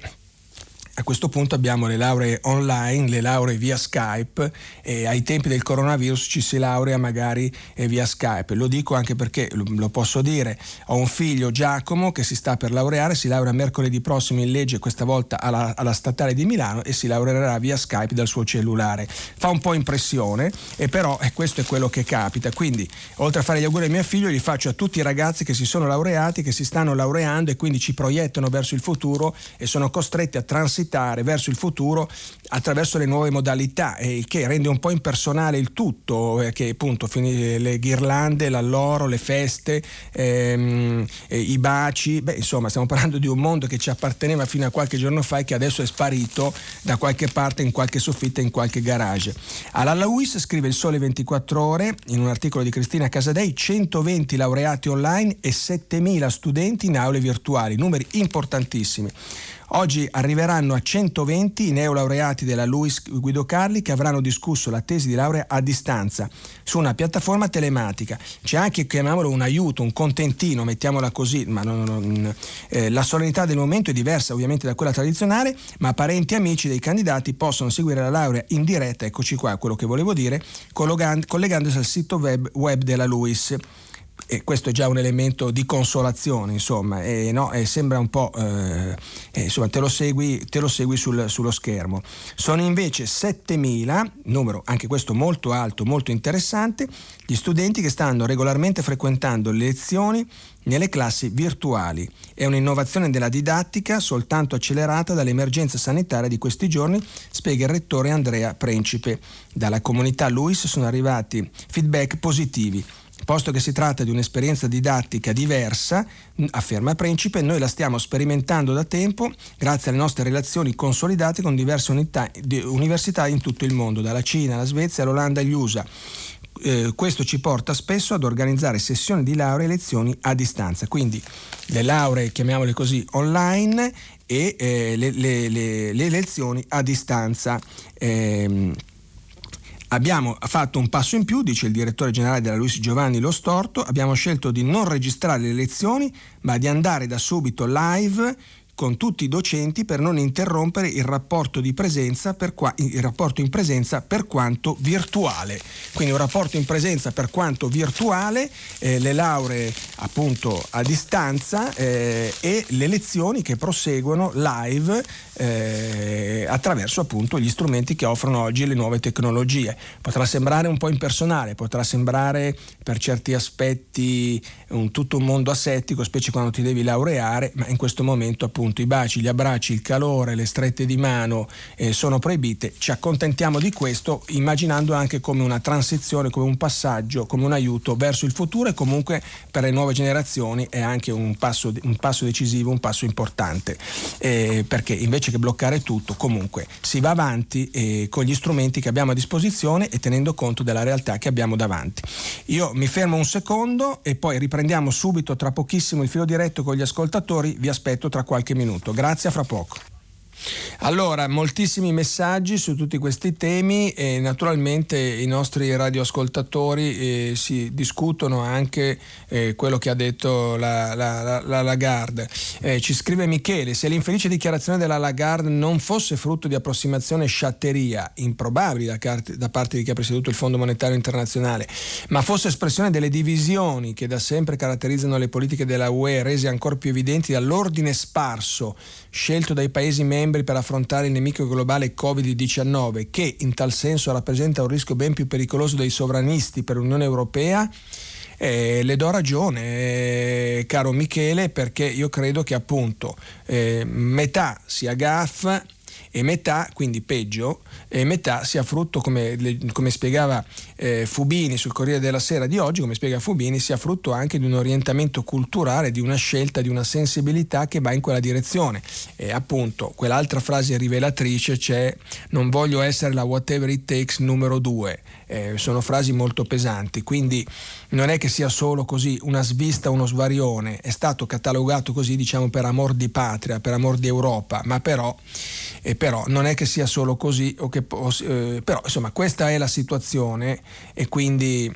Speaker 2: a questo punto abbiamo le lauree online, le lauree via Skype, e ai tempi del coronavirus ci si laurea magari eh, via Skype. Lo dico anche perché, lo, lo posso dire, ho un figlio, Giacomo, che si sta per laureare, si laurea mercoledì prossimo in legge, questa volta alla, alla Statale di Milano, e si laureerà via Skype dal suo cellulare. Fa un po' impressione, e però eh, questo è quello che capita. Quindi, oltre a fare gli auguri a mio figlio, li faccio a tutti i ragazzi che si sono laureati, che si stanno laureando e quindi ci proiettano verso il futuro e sono costretti a transitare verso il futuro attraverso le nuove modalità, e che rende un po' impersonale il tutto, eh, che appunto le ghirlande, l'alloro, le feste, ehm, eh, i baci, beh insomma stiamo parlando di un mondo che ci apparteneva fino a qualche giorno fa e che adesso è sparito da qualche parte, in qualche soffitta, in qualche garage. Alla Luis, scrive il Sole ventiquattro Ore in un articolo di Cristina Casadei, centoventi laureati online e settemila studenti in aule virtuali, numeri importantissimi. Oggi arriveranno a centoventi i neolaureati della Luis Guido Carli che avranno discusso la tesi di laurea a distanza su una piattaforma telematica. C'è anche, chiamiamolo, un aiuto, un contentino, mettiamola così, ma non, non, eh, la solennità del momento è diversa ovviamente da quella tradizionale, ma parenti e amici dei candidati possono seguire la laurea in diretta, eccoci qua quello che volevo dire, collegandosi al sito web, web della Luis. E questo è già un elemento di consolazione, insomma, e, no, e sembra un po' eh, eh, insomma te lo segui, te lo segui sul, sullo schermo. Sono invece settemila, numero anche questo molto alto, molto interessante, gli studenti che stanno regolarmente frequentando le lezioni nelle classi virtuali. È un'innovazione della didattica soltanto accelerata dall'emergenza sanitaria di questi giorni, spiega il rettore Andrea Principe. Dalla comunità Luis sono arrivati feedback positivi. Posto che si tratta di un'esperienza didattica diversa, afferma Principe, noi la stiamo sperimentando da tempo grazie alle nostre relazioni consolidate con diverse unità, università in tutto il mondo, dalla Cina alla Svezia all'Olanda agli U S A. Eh, questo ci porta spesso ad organizzare sessioni di laurea e lezioni a distanza, quindi le lauree, chiamiamole così, online e eh, le, le, le, le lezioni a distanza. Eh, Abbiamo fatto un passo in più, dice il direttore generale della Luis Giovanni Lo Storto, abbiamo scelto di non registrare le lezioni, ma di andare da subito live con tutti i docenti per non interrompere il rapporto di presenza per qua, il rapporto in presenza per quanto virtuale. Quindi un rapporto in presenza per quanto virtuale, eh, le lauree appunto a distanza eh, e le lezioni che proseguono live eh, attraverso appunto gli strumenti che offrono oggi le nuove tecnologie. Potrà sembrare un po' impersonale, potrà sembrare per certi aspetti un, tutto un mondo asettico, specie quando ti devi laureare, ma in questo momento appunto appunto i baci, gli abbracci, il calore, le strette di mano eh, sono proibite, ci accontentiamo di questo immaginando anche come una transizione, come un passaggio, come un aiuto verso il futuro, e comunque per le nuove generazioni è anche un passo, un passo decisivo, un passo importante, eh, perché invece che bloccare tutto comunque si va avanti eh, con gli strumenti che abbiamo a disposizione e tenendo conto della realtà che abbiamo davanti. Io mi fermo un secondo e poi riprendiamo subito tra pochissimo il filo diretto con gli ascoltatori, vi aspetto tra qualche minuto. Grazie, a fra poco. Allora, moltissimi messaggi su tutti questi temi e naturalmente i nostri radioascoltatori eh, si discutono anche eh, quello che ha detto la, la, la, la Lagarde. Eh, ci scrive Michele: se l'infelice dichiarazione della Lagarde non fosse frutto di approssimazione sciatteria, improbabili da, carte, da parte di chi ha presieduto il Fondo Monetario Internazionale, ma fosse espressione delle divisioni che da sempre caratterizzano le politiche della U E, rese ancora più evidenti dall'ordine sparso scelto dai Paesi membri per affrontare il nemico globale covid diciannove, che in tal senso rappresenta un rischio ben più pericoloso dei sovranisti per l'Unione Europea, eh, le do ragione, eh, caro Michele, perché io credo che appunto eh, metà sia gaffa e metà, quindi peggio, e metà sia frutto, come, come spiegava eh, Fubini sul Corriere della Sera di oggi, come spiega Fubini, sia frutto anche di un orientamento culturale, di una scelta, di una sensibilità che va in quella direzione. E appunto quell'altra frase rivelatrice c'è: non voglio essere la whatever it takes numero due. Eh, sono frasi molto pesanti, quindi non è che sia solo così una svista, uno svarione, è stato catalogato così, diciamo, per amor di patria, per amor di Europa, ma però, eh, però non è che sia solo così, o che, eh, però insomma questa è la situazione e quindi,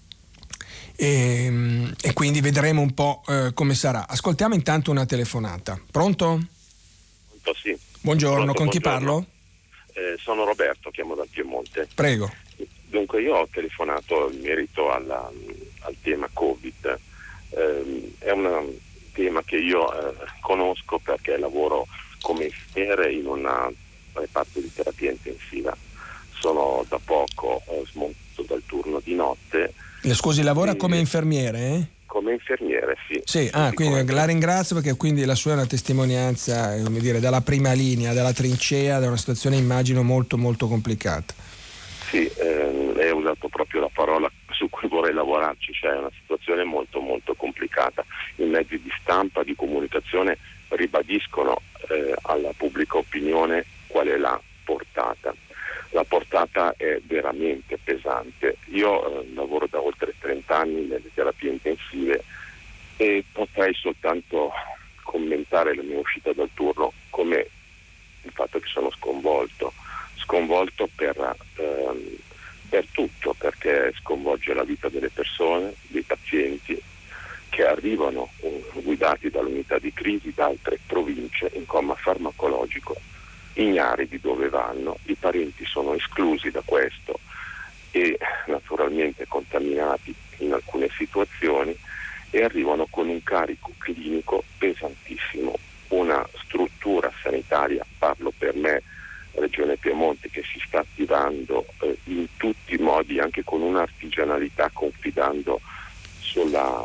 Speaker 2: e, e quindi vedremo un po' eh, come sarà. Ascoltiamo intanto una telefonata. Pronto?
Speaker 3: Pronto, sì.
Speaker 2: Buongiorno,
Speaker 3: Pronto,
Speaker 2: con chi
Speaker 3: buongiorno.
Speaker 2: parlo?
Speaker 3: Eh, sono Roberto, chiamo dal Piemonte.
Speaker 2: Prego.
Speaker 3: Dunque io ho telefonato in merito alla, al tema Covid. Eh, è un tema che io eh, conosco perché lavoro come infermiere in una reparto di terapia intensiva. Sono da poco eh, smontato dal turno di notte.
Speaker 2: Le scusi, lavora
Speaker 3: e,
Speaker 2: come infermiere? Eh?
Speaker 3: Come infermiere, sì.
Speaker 2: Sì, ah, quindi la ringrazio perché quindi la sua è una testimonianza, come dire, dalla prima linea, dalla trincea, da una situazione immagino molto molto complicata.
Speaker 3: Sì, eh, lei ha usato proprio la parola su cui vorrei lavorarci, cioè è una situazione molto molto complicata. I mezzi di stampa, di comunicazione ribadiscono eh, alla pubblica opinione qual è la portata. La portata è veramente pesante. Io eh, lavoro da oltre trenta anni nelle terapie intensive e potrei soltanto commentare la mia uscita dal turno come il fatto che sono sconvolto. Sconvolto per, ehm, per tutto, perché sconvolge la vita delle persone, dei pazienti che arrivano uh, guidati dall'unità di crisi da altre province in coma farmacologico, ignari di dove vanno, i parenti sono esclusi da questo e naturalmente contaminati in alcune situazioni e arrivano con un carico clinico pesantissimo, una struttura sanitaria, parlo per me, Regione Piemonte, che si sta attivando eh, in tutti i modi, anche con un'artigianalità, confidando sulla,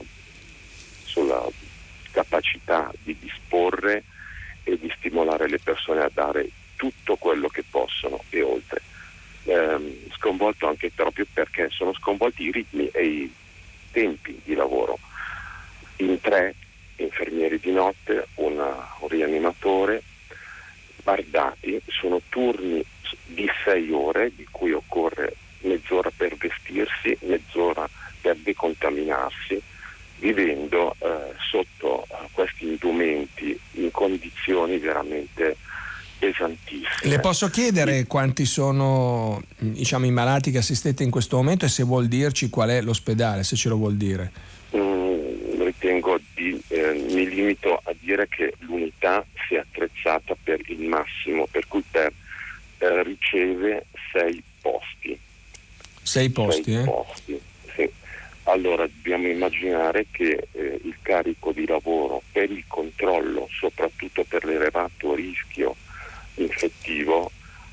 Speaker 3: sulla capacità di disporre e di stimolare le persone a dare tutto quello che possono e oltre. Eh, sconvolto anche proprio perché sono sconvolti i ritmi e i tempi di lavoro. In tre infermieri di notte, una, un rianimatore, bardati, sono turni di sei ore di cui occorre mezz'ora per vestirsi, mezz'ora per decontaminarsi, vivendo eh, sotto eh, questi indumenti in condizioni veramente pesantissime.
Speaker 2: Le posso chiedere quanti sono, diciamo, i malati che assistete in questo momento e se vuol dirci qual è l'ospedale, se ce lo vuol dire?
Speaker 3: Mm, ritengo di, eh, mi limito a dire che l'unità si è attrezzata per il massimo, per cui per, eh, riceve sei posti.
Speaker 2: Sei posti,
Speaker 3: sei
Speaker 2: eh?
Speaker 3: posti, sì. Allora dobbiamo immaginare che eh, il carico di lavoro per il controllo, soprattutto per l'elevato rischio infettivo,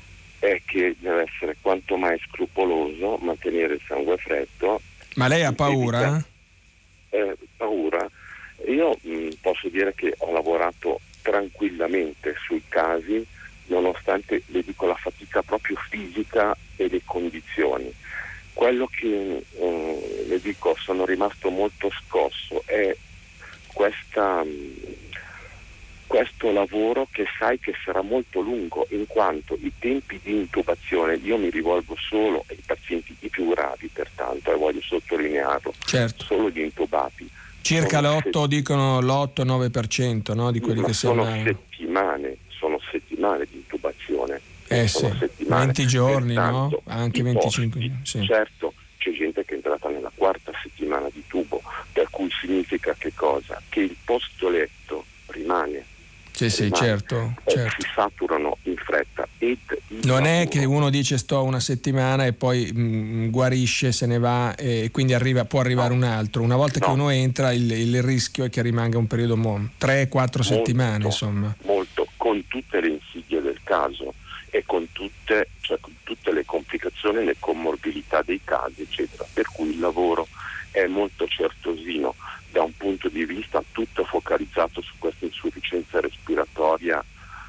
Speaker 3: è che deve essere quanto mai scrupoloso, mantenere il sangue freddo.
Speaker 2: Ma lei ha paura?
Speaker 3: Evita, eh, paura. Io mh, posso dire che ho lavorato tranquillamente sui casi, nonostante, le dico, la fatica proprio fisica e le condizioni. Quello che eh, le dico, sono rimasto molto scosso, è questa, questo lavoro che sai che sarà molto lungo, in quanto i tempi di intubazione, io mi rivolgo solo ai pazienti i più gravi, pertanto, e voglio sottolinearlo,
Speaker 2: certo,
Speaker 3: solo gli intubati.
Speaker 2: Circa l'otto,
Speaker 3: set...
Speaker 2: dicono l'otto nove per cento, no, di quelli
Speaker 3: Ma
Speaker 2: che
Speaker 3: sono
Speaker 2: sono
Speaker 3: settimane, sono settimane di intubazione.
Speaker 2: Eh
Speaker 3: sono
Speaker 2: sì,
Speaker 3: settimane.
Speaker 2: venti giorni,
Speaker 3: Pertanto,
Speaker 2: no? Anche
Speaker 3: i
Speaker 2: venticinque.
Speaker 3: posti,
Speaker 2: Sì.
Speaker 3: Certo, c'è gente che è entrata nella quarta settimana di tubo, per cui significa che cosa? Che il posto letto rimane.
Speaker 2: Sì, sì,
Speaker 3: rimane,
Speaker 2: certo,
Speaker 3: eh,
Speaker 2: certo.
Speaker 3: Si saturano in fretta. Ed
Speaker 2: non è
Speaker 3: lavoro,
Speaker 2: che uno dice sto una settimana e poi mh, guarisce, se ne va e quindi arriva, può arrivare
Speaker 3: no,
Speaker 2: un altro. Una volta
Speaker 3: no.
Speaker 2: che uno entra, il, il rischio è che rimanga un periodo mo- tre quattro settimane, insomma.
Speaker 3: Molto, con tutte le insidie del caso e con tutte, cioè, con tutte le complicazioni e le comorbilità dei casi, eccetera. Per cui il lavoro è molto certosino da un punto di vista tutto focalizzato su questa insufficienza respiratoria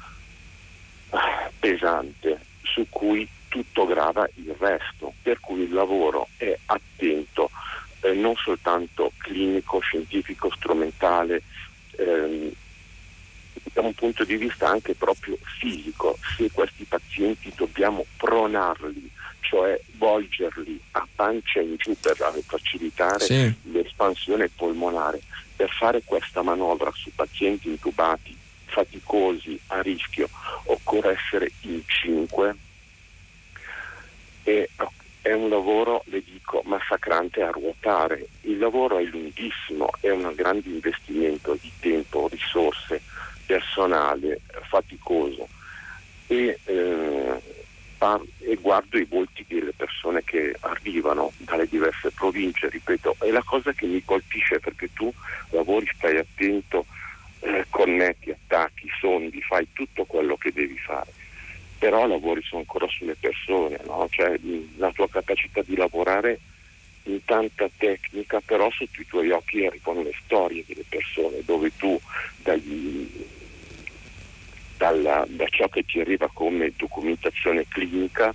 Speaker 3: pesante, su cui tutto grava il resto, per cui il lavoro è attento, eh, non soltanto clinico, scientifico, strumentale, ehm, da un punto di vista anche proprio fisico. Se questi pazienti dobbiamo pronarli, cioè volgerli a pancia in giù per facilitare
Speaker 2: sì.
Speaker 3: l'espansione polmonare, per fare questa manovra su pazienti intubati, faticosi, a rischio, occorre essere in cinque, e è un lavoro, le dico, massacrante a ruotare. Il lavoro è lunghissimo, è un grande investimento di tempo, risorse, personale, faticoso, e, eh, par- e guardo i volti delle persone che arrivano dalle diverse province, ripeto, è la cosa che mi colpisce, perché tu lavori, stai attento, eh, connetti, attacchi, sondi, fai tutto quello che devi fare, però lavori su ancora sulle persone, no? Cioè la tua capacità di lavorare in tanta tecnica, però sotto i tuoi occhi arrivano le storie delle persone, dove tu dagli, dalla, da ciò che ti arriva come documentazione clinica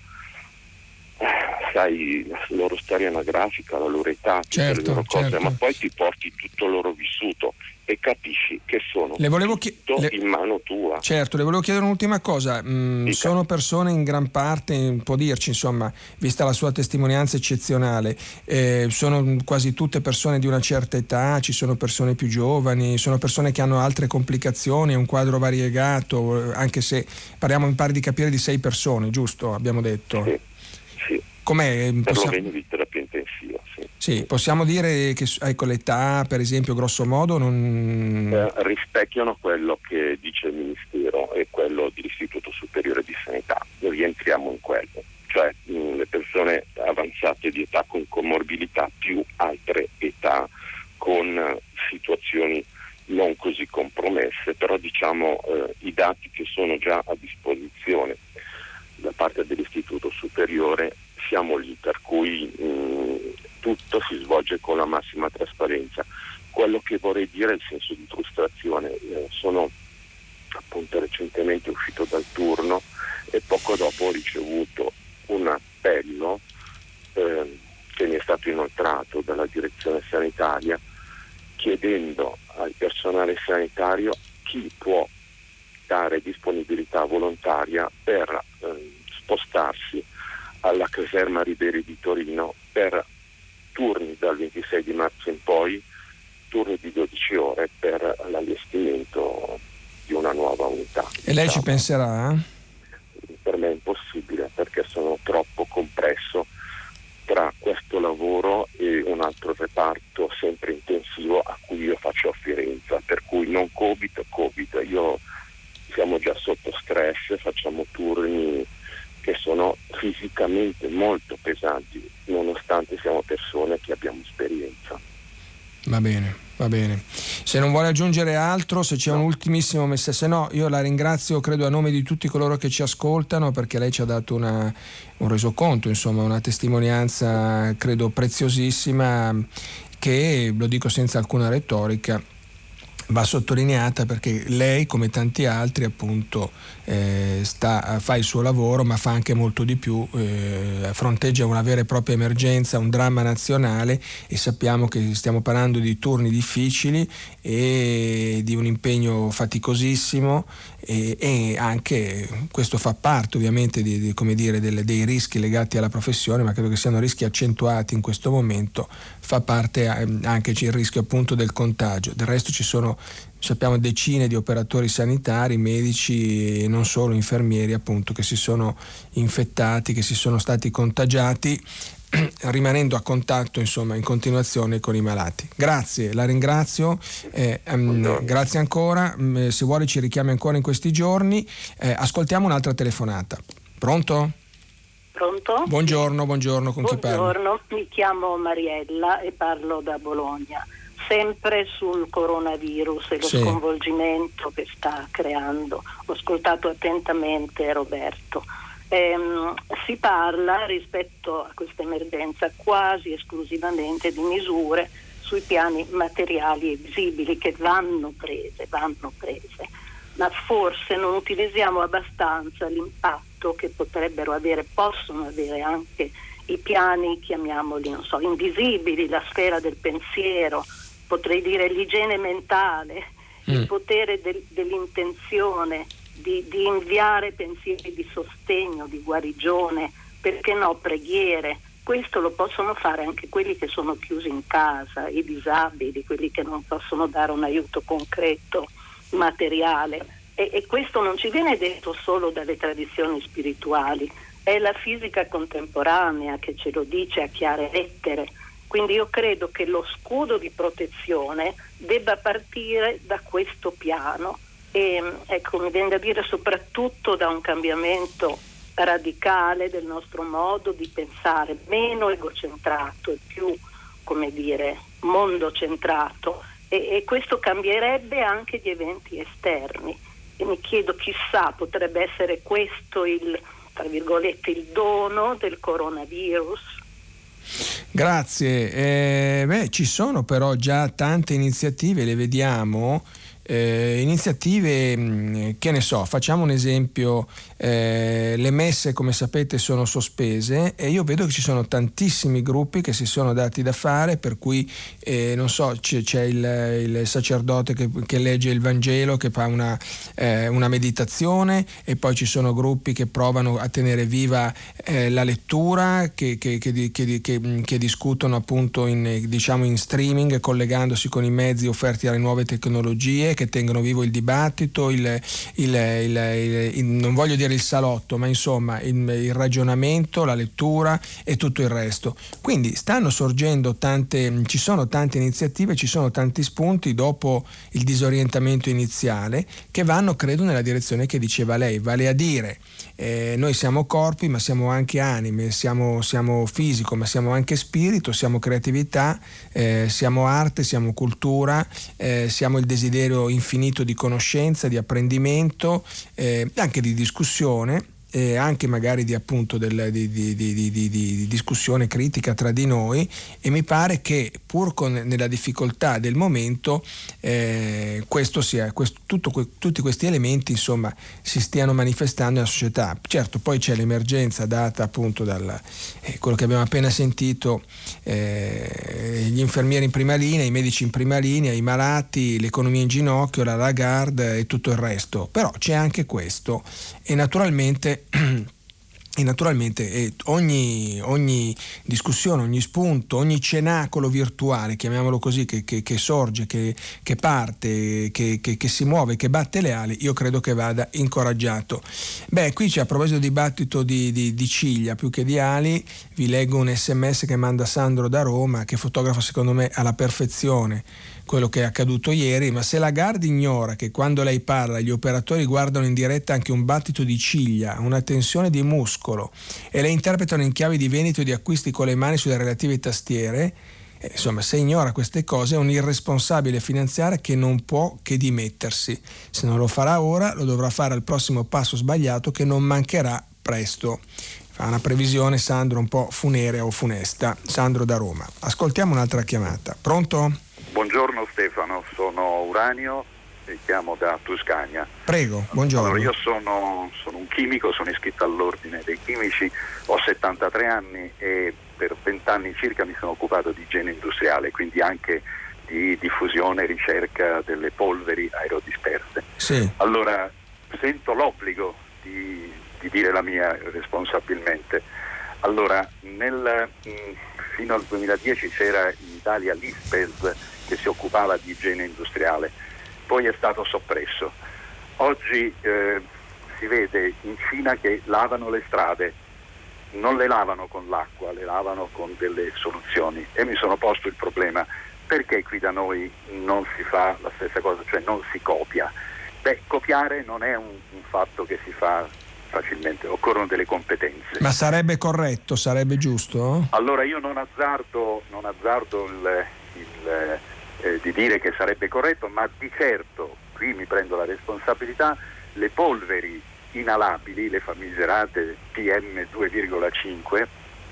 Speaker 3: sai la loro storia anagrafica, la loro età, tutte
Speaker 2: certo,
Speaker 3: le loro cose,
Speaker 2: certo.
Speaker 3: ma poi ti porti tutto il loro vissuto e capisci che sono
Speaker 2: le volevo
Speaker 3: tutto
Speaker 2: chi- le...
Speaker 3: in mano tua.
Speaker 2: Certo, le volevo chiedere un'ultima cosa. Mm, sono persone in gran parte, può dirci, insomma, vista la sua testimonianza eccezionale, eh, sono quasi tutte persone di una certa età, ci sono persone più giovani, sono persone che hanno altre complicazioni, un quadro variegato, anche se parliamo, mi pare di capire, di sei persone, giusto? Abbiamo detto.
Speaker 3: Sì, sì.
Speaker 2: Com'è? Possiamo...
Speaker 3: Perlomeno di terapia intensiva, sì.
Speaker 2: Sì, possiamo dire che ecco, l'età, per esempio, grosso modo non...
Speaker 3: Eh, rispecchiano quello che dice il Ministero e quello dell'Istituto Superiore di Sanità. Noi rientriamo in quello, cioè mh, le persone avanzate di età con comorbilità più altre età con eh, situazioni non così compromesse, però diciamo eh, i dati che sono già a disposizione da parte dell'Istituto Superiore siamo lì, per cui mh, tutto si svolge con la massima trasparenza. Quello che vorrei dire è il senso di frustrazione. Eh, sono appunto recentemente uscito dal turno e poco dopo ho ricevuto un appello eh, che mi è stato inoltrato dalla direzione sanitaria, chiedendo al personale sanitario chi può dare disponibilità volontaria per eh, spostarsi alla caserma Riberi di Torino per turni dal ventisei di marzo in poi, turni di dodici ore per l'allestimento di una nuova unità.
Speaker 2: E lei
Speaker 3: diciamo.
Speaker 2: ci penserà?
Speaker 3: Per me è impossibile, perché sono troppo compresso tra questo lavoro e un altro reparto sempre intensivo a cui io faccio afferenza, per cui non Covid, Covid, io siamo già sotto stress, facciamo turni che sono fisicamente molto pesanti, nonostante siamo persone che abbiamo esperienza.
Speaker 2: Va bene, va bene. Se non vuole aggiungere altro, se c'è no. un ultimissimo messaggio, se no io la ringrazio, credo a nome di tutti coloro che ci ascoltano, perché lei ci ha dato una, un resoconto, insomma una testimonianza credo preziosissima, che, lo dico senza alcuna retorica, va sottolineata, perché lei, come tanti altri, appunto eh, sta, fa il suo lavoro, ma fa anche molto di più, eh, fronteggia una vera e propria emergenza, un dramma nazionale, e sappiamo che stiamo parlando di turni difficili e di un impegno faticosissimo, e, e anche questo fa parte ovviamente di, di, come dire, delle, dei rischi legati alla professione, ma credo che siano rischi accentuati in questo momento. Fa parte anche il rischio appunto del contagio. Del resto ci sono, sappiamo, decine di operatori sanitari, medici e non solo, infermieri appunto, che si sono infettati, che si sono stati contagiati, rimanendo a contatto insomma in continuazione con i malati. Grazie, la ringrazio, eh, um, grazie ancora, um, se vuole ci richiami ancora in questi giorni. Eh, ascoltiamo un'altra telefonata. Pronto?
Speaker 4: Pronto?
Speaker 2: Buongiorno, buongiorno, con chi parlo?
Speaker 4: Buongiorno, mi chiamo Mariella e parlo da Bologna. Sempre sul coronavirus e lo
Speaker 2: sì.
Speaker 4: sconvolgimento che sta creando. Ho ascoltato attentamente Roberto. Ehm, si parla rispetto a questa emergenza quasi esclusivamente di misure sui piani materiali e visibili che vanno prese, vanno prese. Ma forse non utilizziamo abbastanza l'impatto che potrebbero avere, possono avere anche i piani, chiamiamoli, non so, invisibili, la sfera del pensiero, potrei dire l'igiene mentale, mm. il potere del, dell'intenzione, di, di inviare pensieri di sostegno, di guarigione, perché no, preghiere. Questo lo possono fare anche quelli che sono chiusi in casa, i disabili, quelli che non possono dare un aiuto concreto, materiale, e, e questo non ci viene detto solo dalle tradizioni spirituali, è la fisica contemporanea che ce lo dice a chiare lettere. Quindi io credo che lo scudo di protezione debba partire da questo piano e, ecco, mi viene da dire, soprattutto da un cambiamento radicale del nostro modo di pensare, meno egocentrato e più, come dire, mondocentrato. E, e questo cambierebbe anche gli eventi esterni, e mi chiedo, chissà, potrebbe essere questo il, tra virgolette, il dono del coronavirus?
Speaker 2: Grazie. Eh, beh, ci sono però già tante iniziative, le vediamo. Eh, iniziative, mh, che ne so, facciamo un esempio, eh, le messe, come sapete, sono sospese, e io vedo che ci sono tantissimi gruppi che si sono dati da fare, per cui eh, non so, c'è, c'è il, il sacerdote che, che legge il Vangelo, che fa una, eh, una meditazione, e poi ci sono gruppi che provano a tenere viva eh, la lettura, che, che, che, che, che, che discutono appunto in, diciamo, in streaming, collegandosi con i mezzi offerti alle nuove tecnologie, che tengono vivo il dibattito, il, il, il, il, il non voglio dire il salotto, ma insomma il, il ragionamento, la lettura e tutto il resto. Quindi stanno sorgendo tante, ci sono tante iniziative, ci sono tanti spunti dopo il disorientamento iniziale, che vanno, credo, nella direzione che diceva lei, vale a dire eh, noi siamo corpi, ma siamo anche anime, siamo, siamo fisico, ma siamo anche spirito, siamo creatività, eh, siamo arte, siamo cultura, eh, siamo il desiderio infinito di conoscenza, di apprendimento, eh, anche di discussione, eh, anche magari di appunto del, di, di, di, di, di, di discussione critica tra di noi, e mi pare che pur con, nella difficoltà del momento eh, questo sia, questo, tutto, tutti questi elementi insomma si stiano manifestando nella società. Certo, poi c'è l'emergenza data appunto dal eh, quello che abbiamo appena sentito, eh, gli infermieri in prima linea, i medici in prima linea, i malati, l'economia in ginocchio, la Lagarde e tutto il resto. Però c'è anche questo, e naturalmente E naturalmente eh, ogni, ogni discussione, ogni spunto, ogni cenacolo virtuale, chiamiamolo così, che, che, che sorge, che, che parte, che, che, che si muove, che batte le ali, io credo che vada incoraggiato. Beh, qui c'è, a proposito di dibattito di, di, di ciglia più che di ali, vi leggo un sms che manda Sandro da Roma, che fotografa secondo me alla perfezione quello che è accaduto ieri. Ma se Lagarde ignora che quando lei parla gli operatori guardano in diretta anche un battito di ciglia, una tensione di muscolo, e le interpretano in chiave di vendita o di acquisti con le mani sulle relative tastiere, eh, insomma, se ignora queste cose è un irresponsabile finanziaria che non può che dimettersi. Se non lo farà ora, lo dovrà fare al prossimo passo sbagliato, che non mancherà presto. Fa una previsione, Sandro, un po' funerea o funesta. Sandro da Roma. Ascoltiamo un'altra chiamata. Pronto?
Speaker 5: Buongiorno Stefano, sono Uranio e chiamo da Tuscania.
Speaker 2: Prego, buongiorno.
Speaker 5: Allora, io sono, sono un chimico, sono iscritto all'ordine dei chimici, ho settantatré anni e per vent'anni circa mi sono occupato di igiene industriale, quindi anche di diffusione e ricerca delle polveri aerodisperse.
Speaker 2: Sì.
Speaker 5: Allora sento l'obbligo di, di dire la mia responsabilmente. Allora, nel, mh, fino al duemiladieci c'era in Italia l'I S P E S che si occupava di igiene industriale, poi è stato soppresso. Oggi eh, si vede in Cina che lavano le strade, non le lavano con l'acqua, le lavano con delle soluzioni, e mi sono posto il problema: perché qui da noi non si fa la stessa cosa, cioè non si copia? Beh, copiare non è un, un fatto che si fa facilmente, occorrono delle competenze.
Speaker 2: Ma sarebbe corretto, sarebbe giusto?
Speaker 5: Allora io non azzardo, non azzardo il, il, eh, di dire che sarebbe corretto, ma di certo, qui mi prendo la responsabilità, le polveri inalabili, le famigerate P M due virgola cinque,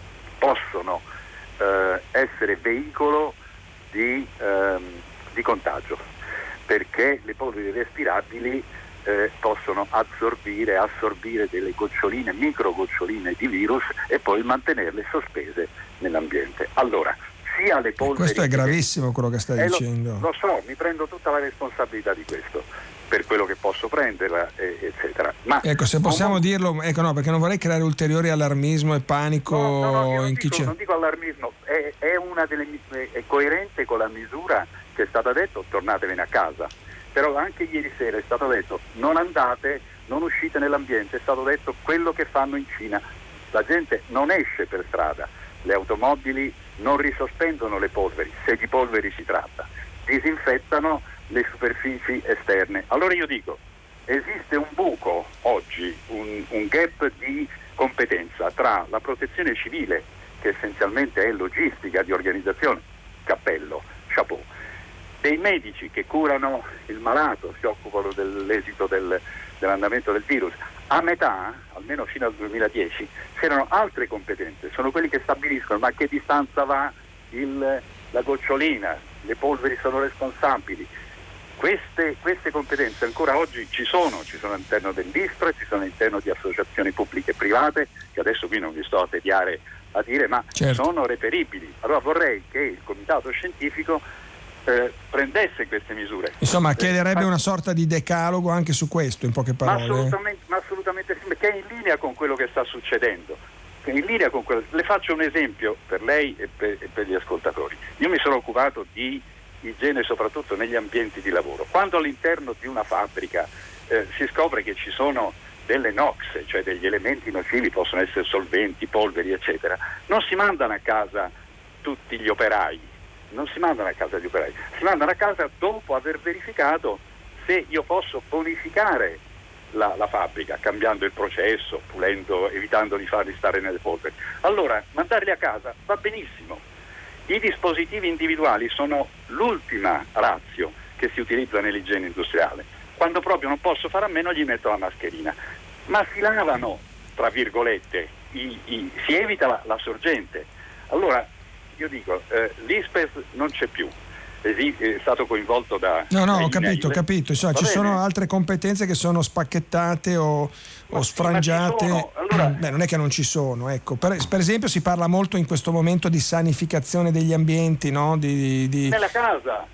Speaker 5: possono eh, essere veicolo di, ehm, di contagio, perché le polveri respirabili eh, possono assorbire, assorbire delle goccioline, micro goccioline di virus e poi mantenerle sospese nell'ambiente. Allora, sia le polveri...
Speaker 2: Questo è gravissimo quello che stai
Speaker 5: eh,
Speaker 2: dicendo.
Speaker 5: Lo, lo so, mi prendo tutta la responsabilità di questo, per quello che posso prenderla, eh, eccetera. Ma
Speaker 2: ecco, se possiamo
Speaker 5: comunque...
Speaker 2: dirlo, ecco, no, perché non vorrei creare ulteriori allarmismo e panico
Speaker 5: no, no, no, io non
Speaker 2: in chi
Speaker 5: dico,
Speaker 2: c'è.
Speaker 5: non dico allarmismo, è, è una delle è coerente con la misura che è stata detta: tornatevene a casa. Però anche ieri sera è stato detto: non andate, non uscite nell'ambiente, è stato detto quello che fanno in Cina. La gente non esce per strada, le automobili non risospendono le polveri, se di polveri si tratta, disinfettano le superfici esterne. Allora io dico, esiste un buco oggi, un, un gap di competenza tra la protezione civile, che essenzialmente è logistica di organizzazione, cappello, chapeau, dei medici che curano il malato, si occupano dell'esito del, dell'andamento del virus. A metà, almeno fino al duemiladieci, c'erano altre competenze, sono quelli che stabiliscono ma a che distanza va il, la gocciolina, le polveri sono responsabili. Queste, queste competenze ancora oggi ci sono, ci sono all'interno dell'I S P R A, ci sono all'interno di associazioni pubbliche e private, che adesso qui non vi sto a tediare a dire, ma
Speaker 2: certo,
Speaker 5: sono reperibili. Allora vorrei che il comitato scientifico eh, prendesse queste misure.
Speaker 2: Insomma, chiederebbe
Speaker 5: eh,
Speaker 2: una sorta di decalogo anche su questo, in poche parole.
Speaker 5: Ma assolutamente, ma assolutamente sì, perché è in linea con quello che sta succedendo. In linea con quello. Le faccio un esempio per lei e per, e per gli ascoltatori. Io mi sono occupato di igiene soprattutto negli ambienti di lavoro. Quando all'interno di una fabbrica eh, si scopre che ci sono delle NOx, cioè degli elementi nocivi, possono essere solventi, polveri, eccetera, non si mandano a casa tutti gli operai, non si mandano a casa gli operai, si mandano a casa dopo aver verificato se io posso bonificare la, la fabbrica, cambiando il processo, pulendo, evitando di farli stare nelle polveri. Allora, mandarli a casa va benissimo. I dispositivi individuali sono l'ultima ratio che si utilizza nell'igiene industriale. Quando proprio non posso fare a meno, gli metto la mascherina. Ma si lavano, tra virgolette, i, i, si evita la, la sorgente. Allora, io dico, eh, l'I S P E S non c'è più, è, è stato coinvolto da...
Speaker 2: No, no,
Speaker 5: da
Speaker 2: ho capito, ho capito. Insomma, ci bene? Sono altre competenze che sono spacchettate o, o sfrangiate.
Speaker 5: Sono, allora...
Speaker 2: Beh, non è che non ci sono, ecco. Per, per esempio si parla molto in questo momento di sanificazione degli ambienti, no? Di, di...
Speaker 5: Nella casa.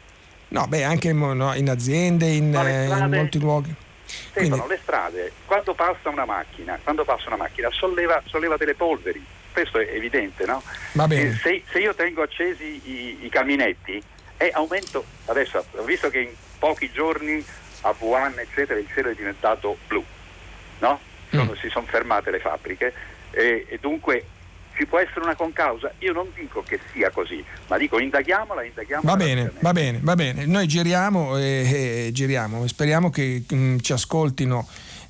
Speaker 2: No, beh, anche no, in aziende, in,
Speaker 5: strade...
Speaker 2: in molti luoghi.
Speaker 5: Stefano, Quindi... le strade, quando passa una macchina, quando passa una macchina solleva, solleva delle polveri. Questo è evidente, no?
Speaker 2: Va bene.
Speaker 5: Se, se io tengo accesi i, i caminetti e aumento, adesso ho visto che in pochi giorni a Wuhan eccetera il cielo è diventato blu, no? Sono, mm. Si sono fermate le fabbriche e, e dunque ci può essere una concausa. Io non dico che sia così, ma dico indaghiamola, indaghiamola.
Speaker 2: Va bene, va bene, va bene. Noi giriamo e, e giriamo, speriamo che mh, ci ascoltino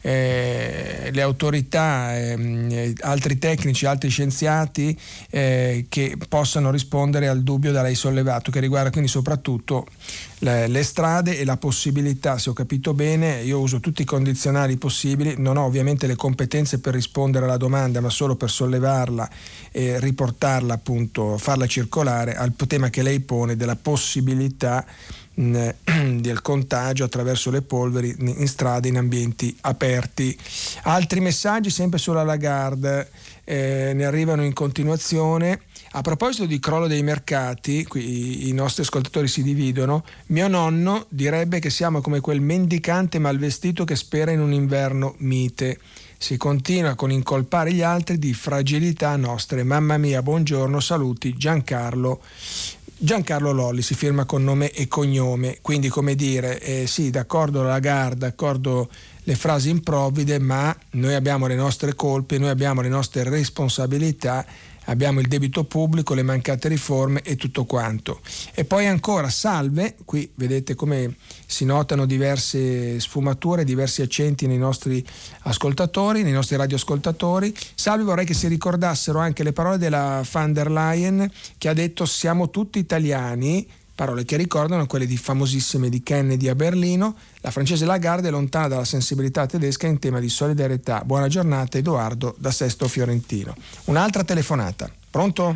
Speaker 2: eh, le autorità, eh, altri tecnici, altri scienziati eh, che possano rispondere al dubbio da lei sollevato, che riguarda quindi soprattutto le, le strade e la possibilità, se ho capito bene, io uso tutti i condizionali possibili, non ho ovviamente le competenze per rispondere alla domanda, ma solo per sollevarla e riportarla, appunto, farla circolare al tema che lei pone della possibilità mh, del contagio attraverso le polveri in strade, in ambienti aperti. Altri messaggi sempre sulla Lagarde eh, ne arrivano in continuazione. A proposito di crollo dei mercati, qui i nostri ascoltatori si dividono. Mio nonno direbbe che siamo come quel mendicante malvestito che spera in un inverno mite. Si continua con incolpare gli altri di fragilità nostre. Mamma mia, buongiorno, saluti, Giancarlo. Giancarlo Lolli, si firma con nome e cognome, quindi come dire, eh, sì, d'accordo la Lagarde, d'accordo le frasi improvvide, ma noi abbiamo le nostre colpe, noi abbiamo le nostre responsabilità, abbiamo il debito pubblico, le mancate riforme e tutto quanto. E poi ancora salve, qui vedete come si notano diverse sfumature, diversi accenti nei nostri ascoltatori, nei nostri radioascoltatori. Salve, vorrei che si ricordassero anche le parole della von der Leyen, che ha detto siamo tutti italiani, parole che ricordano quelle di famosissime di Kennedy a Berlino. La francese Lagarde è lontana dalla sensibilità tedesca in tema di solidarietà. Buona giornata, Edoardo da Sesto Fiorentino. Un'altra telefonata. Pronto?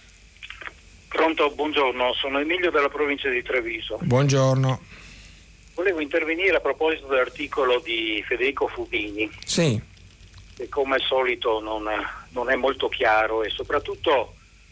Speaker 6: Pronto, buongiorno, sono Emilio della provincia di Treviso.
Speaker 2: Buongiorno.
Speaker 6: Volevo intervenire a proposito dell'articolo di Federico Fubini.
Speaker 2: Sì.
Speaker 6: Che come al solito non è, non è molto chiaro e soprattutto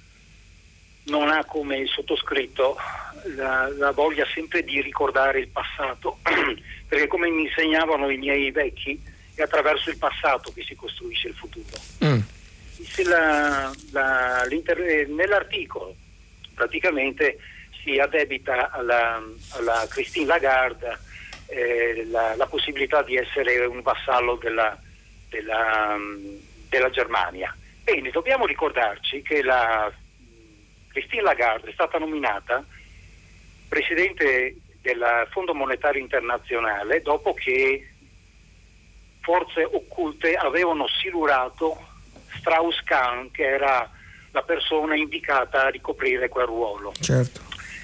Speaker 6: non ha, come il sottoscritto, la, la voglia sempre di ricordare il passato, perché come mi insegnavano i miei vecchi, è attraverso il passato che si costruisce il futuro. Mm. Se la, la, nell'articolo praticamente si addebita alla, alla Christine Lagarde eh, la, la possibilità di essere un vassallo della, della, della Germania. Bene, dobbiamo ricordarci che la Christine Lagarde è stata nominata presidente del Fondo Monetario Internazionale dopo che forze occulte avevano silurato Strauss-Kahn, che era la persona indicata a ricoprire quel ruolo.
Speaker 2: Certo.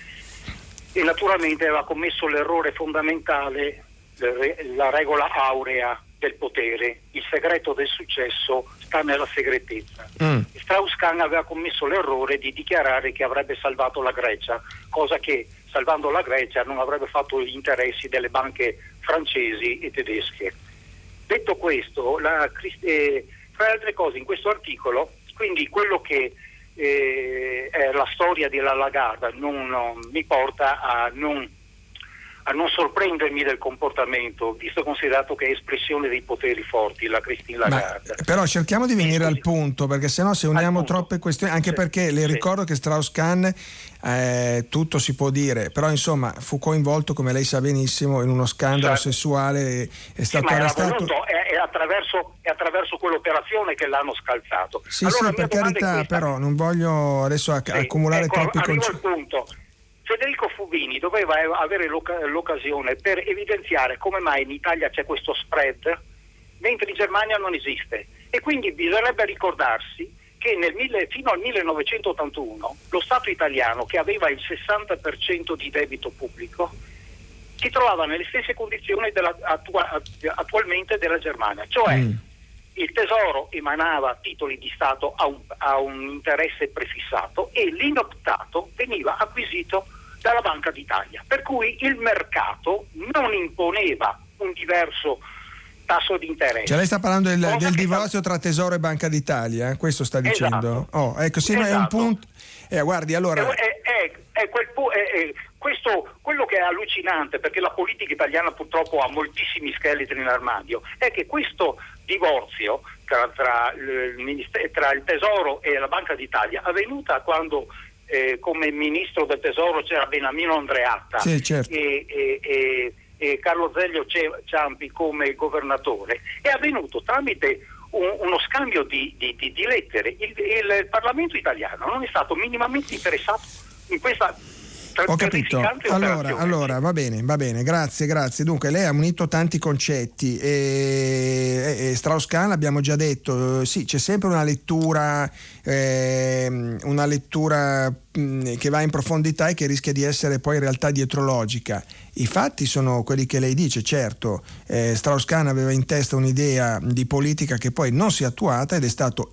Speaker 6: E naturalmente aveva commesso l'errore fondamentale, la regola aurea del potere. Il segreto del successo sta nella segretezza. Mm. Strauss-Kahn aveva commesso l'errore di dichiarare che avrebbe salvato la Grecia, cosa che salvando la Grecia non avrebbe fatto gli interessi delle banche francesi e tedesche. Detto questo, la, eh, tra le altre cose in questo articolo, quindi quello che eh, è la storia della Lagarde non, non, mi porta a non a non sorprendermi del comportamento, visto considerato che è espressione dei poteri forti la Christine Lagarde.
Speaker 2: Ma, però cerchiamo di venire al punto, perché sennò se uniamo troppe questioni, anche sì, perché le sì. ricordo che Strauss-Kahn eh, tutto si può dire, però insomma fu coinvolto, come lei sa benissimo, in uno scandalo certo. sessuale, è stato
Speaker 6: sì, ma
Speaker 2: arrestato.
Speaker 6: Voluto, è, è, attraverso, è attraverso quell'operazione che l'hanno scalzato.
Speaker 2: Sì,
Speaker 6: allora,
Speaker 2: sì, per carità, però non voglio adesso acc- sì, accumulare
Speaker 6: ecco,
Speaker 2: troppi
Speaker 6: arrivo
Speaker 2: concetti.
Speaker 6: al punto. Federico Fubini doveva avere l'oc- l'occasione per evidenziare come mai in Italia c'è questo spread, mentre in Germania non esiste. E quindi bisognerebbe ricordarsi che nel mille, fino al millenovecentottantuno lo Stato italiano, che aveva il sessanta per cento di debito pubblico, si trovava nelle stesse condizioni della, attua- attualmente della Germania. Cioè mm. il Tesoro emanava titoli di Stato a un, a un interesse prefissato e l'inoptato veniva acquisito dalla Banca d'Italia, per cui il mercato non imponeva un diverso tasso di interesse.
Speaker 2: Cioè lei sta parlando del, del divorzio sta... tra Tesoro e Banca d'Italia, eh? Questo sta dicendo?
Speaker 6: Esatto.
Speaker 2: Oh, ecco, sì, esatto. È un punto. Eh, guardi, allora.
Speaker 6: È, è, è quel pu- è, è questo, quello che è allucinante, perché la politica italiana purtroppo ha moltissimi scheletri in armadio, è che questo divorzio tra, tra, il, ministero, tra il Tesoro e la Banca d'Italia è avvenuta quando eh, come ministro del Tesoro c'era Beniamino Andreatta
Speaker 2: sì, certo.
Speaker 6: e, e, e, e Carlo Azeglio Ciampi come governatore. È avvenuto tramite un, uno scambio di, di, di, di lettere. Il, il Parlamento italiano non è stato minimamente interessato in questa
Speaker 2: Ho capito. Allora, allora va bene, va bene, grazie, grazie. Dunque, lei ha unito tanti concetti e, e, e Strauss-Kahn, abbiamo già detto, sì, c'è sempre una lettura, eh, una lettura mh, che va in profondità e che rischia di essere poi in realtà dietrologica. I fatti sono quelli che lei dice, certo, eh, Strauss-Kahn aveva in testa un'idea di politica che poi non si è attuata ed è stato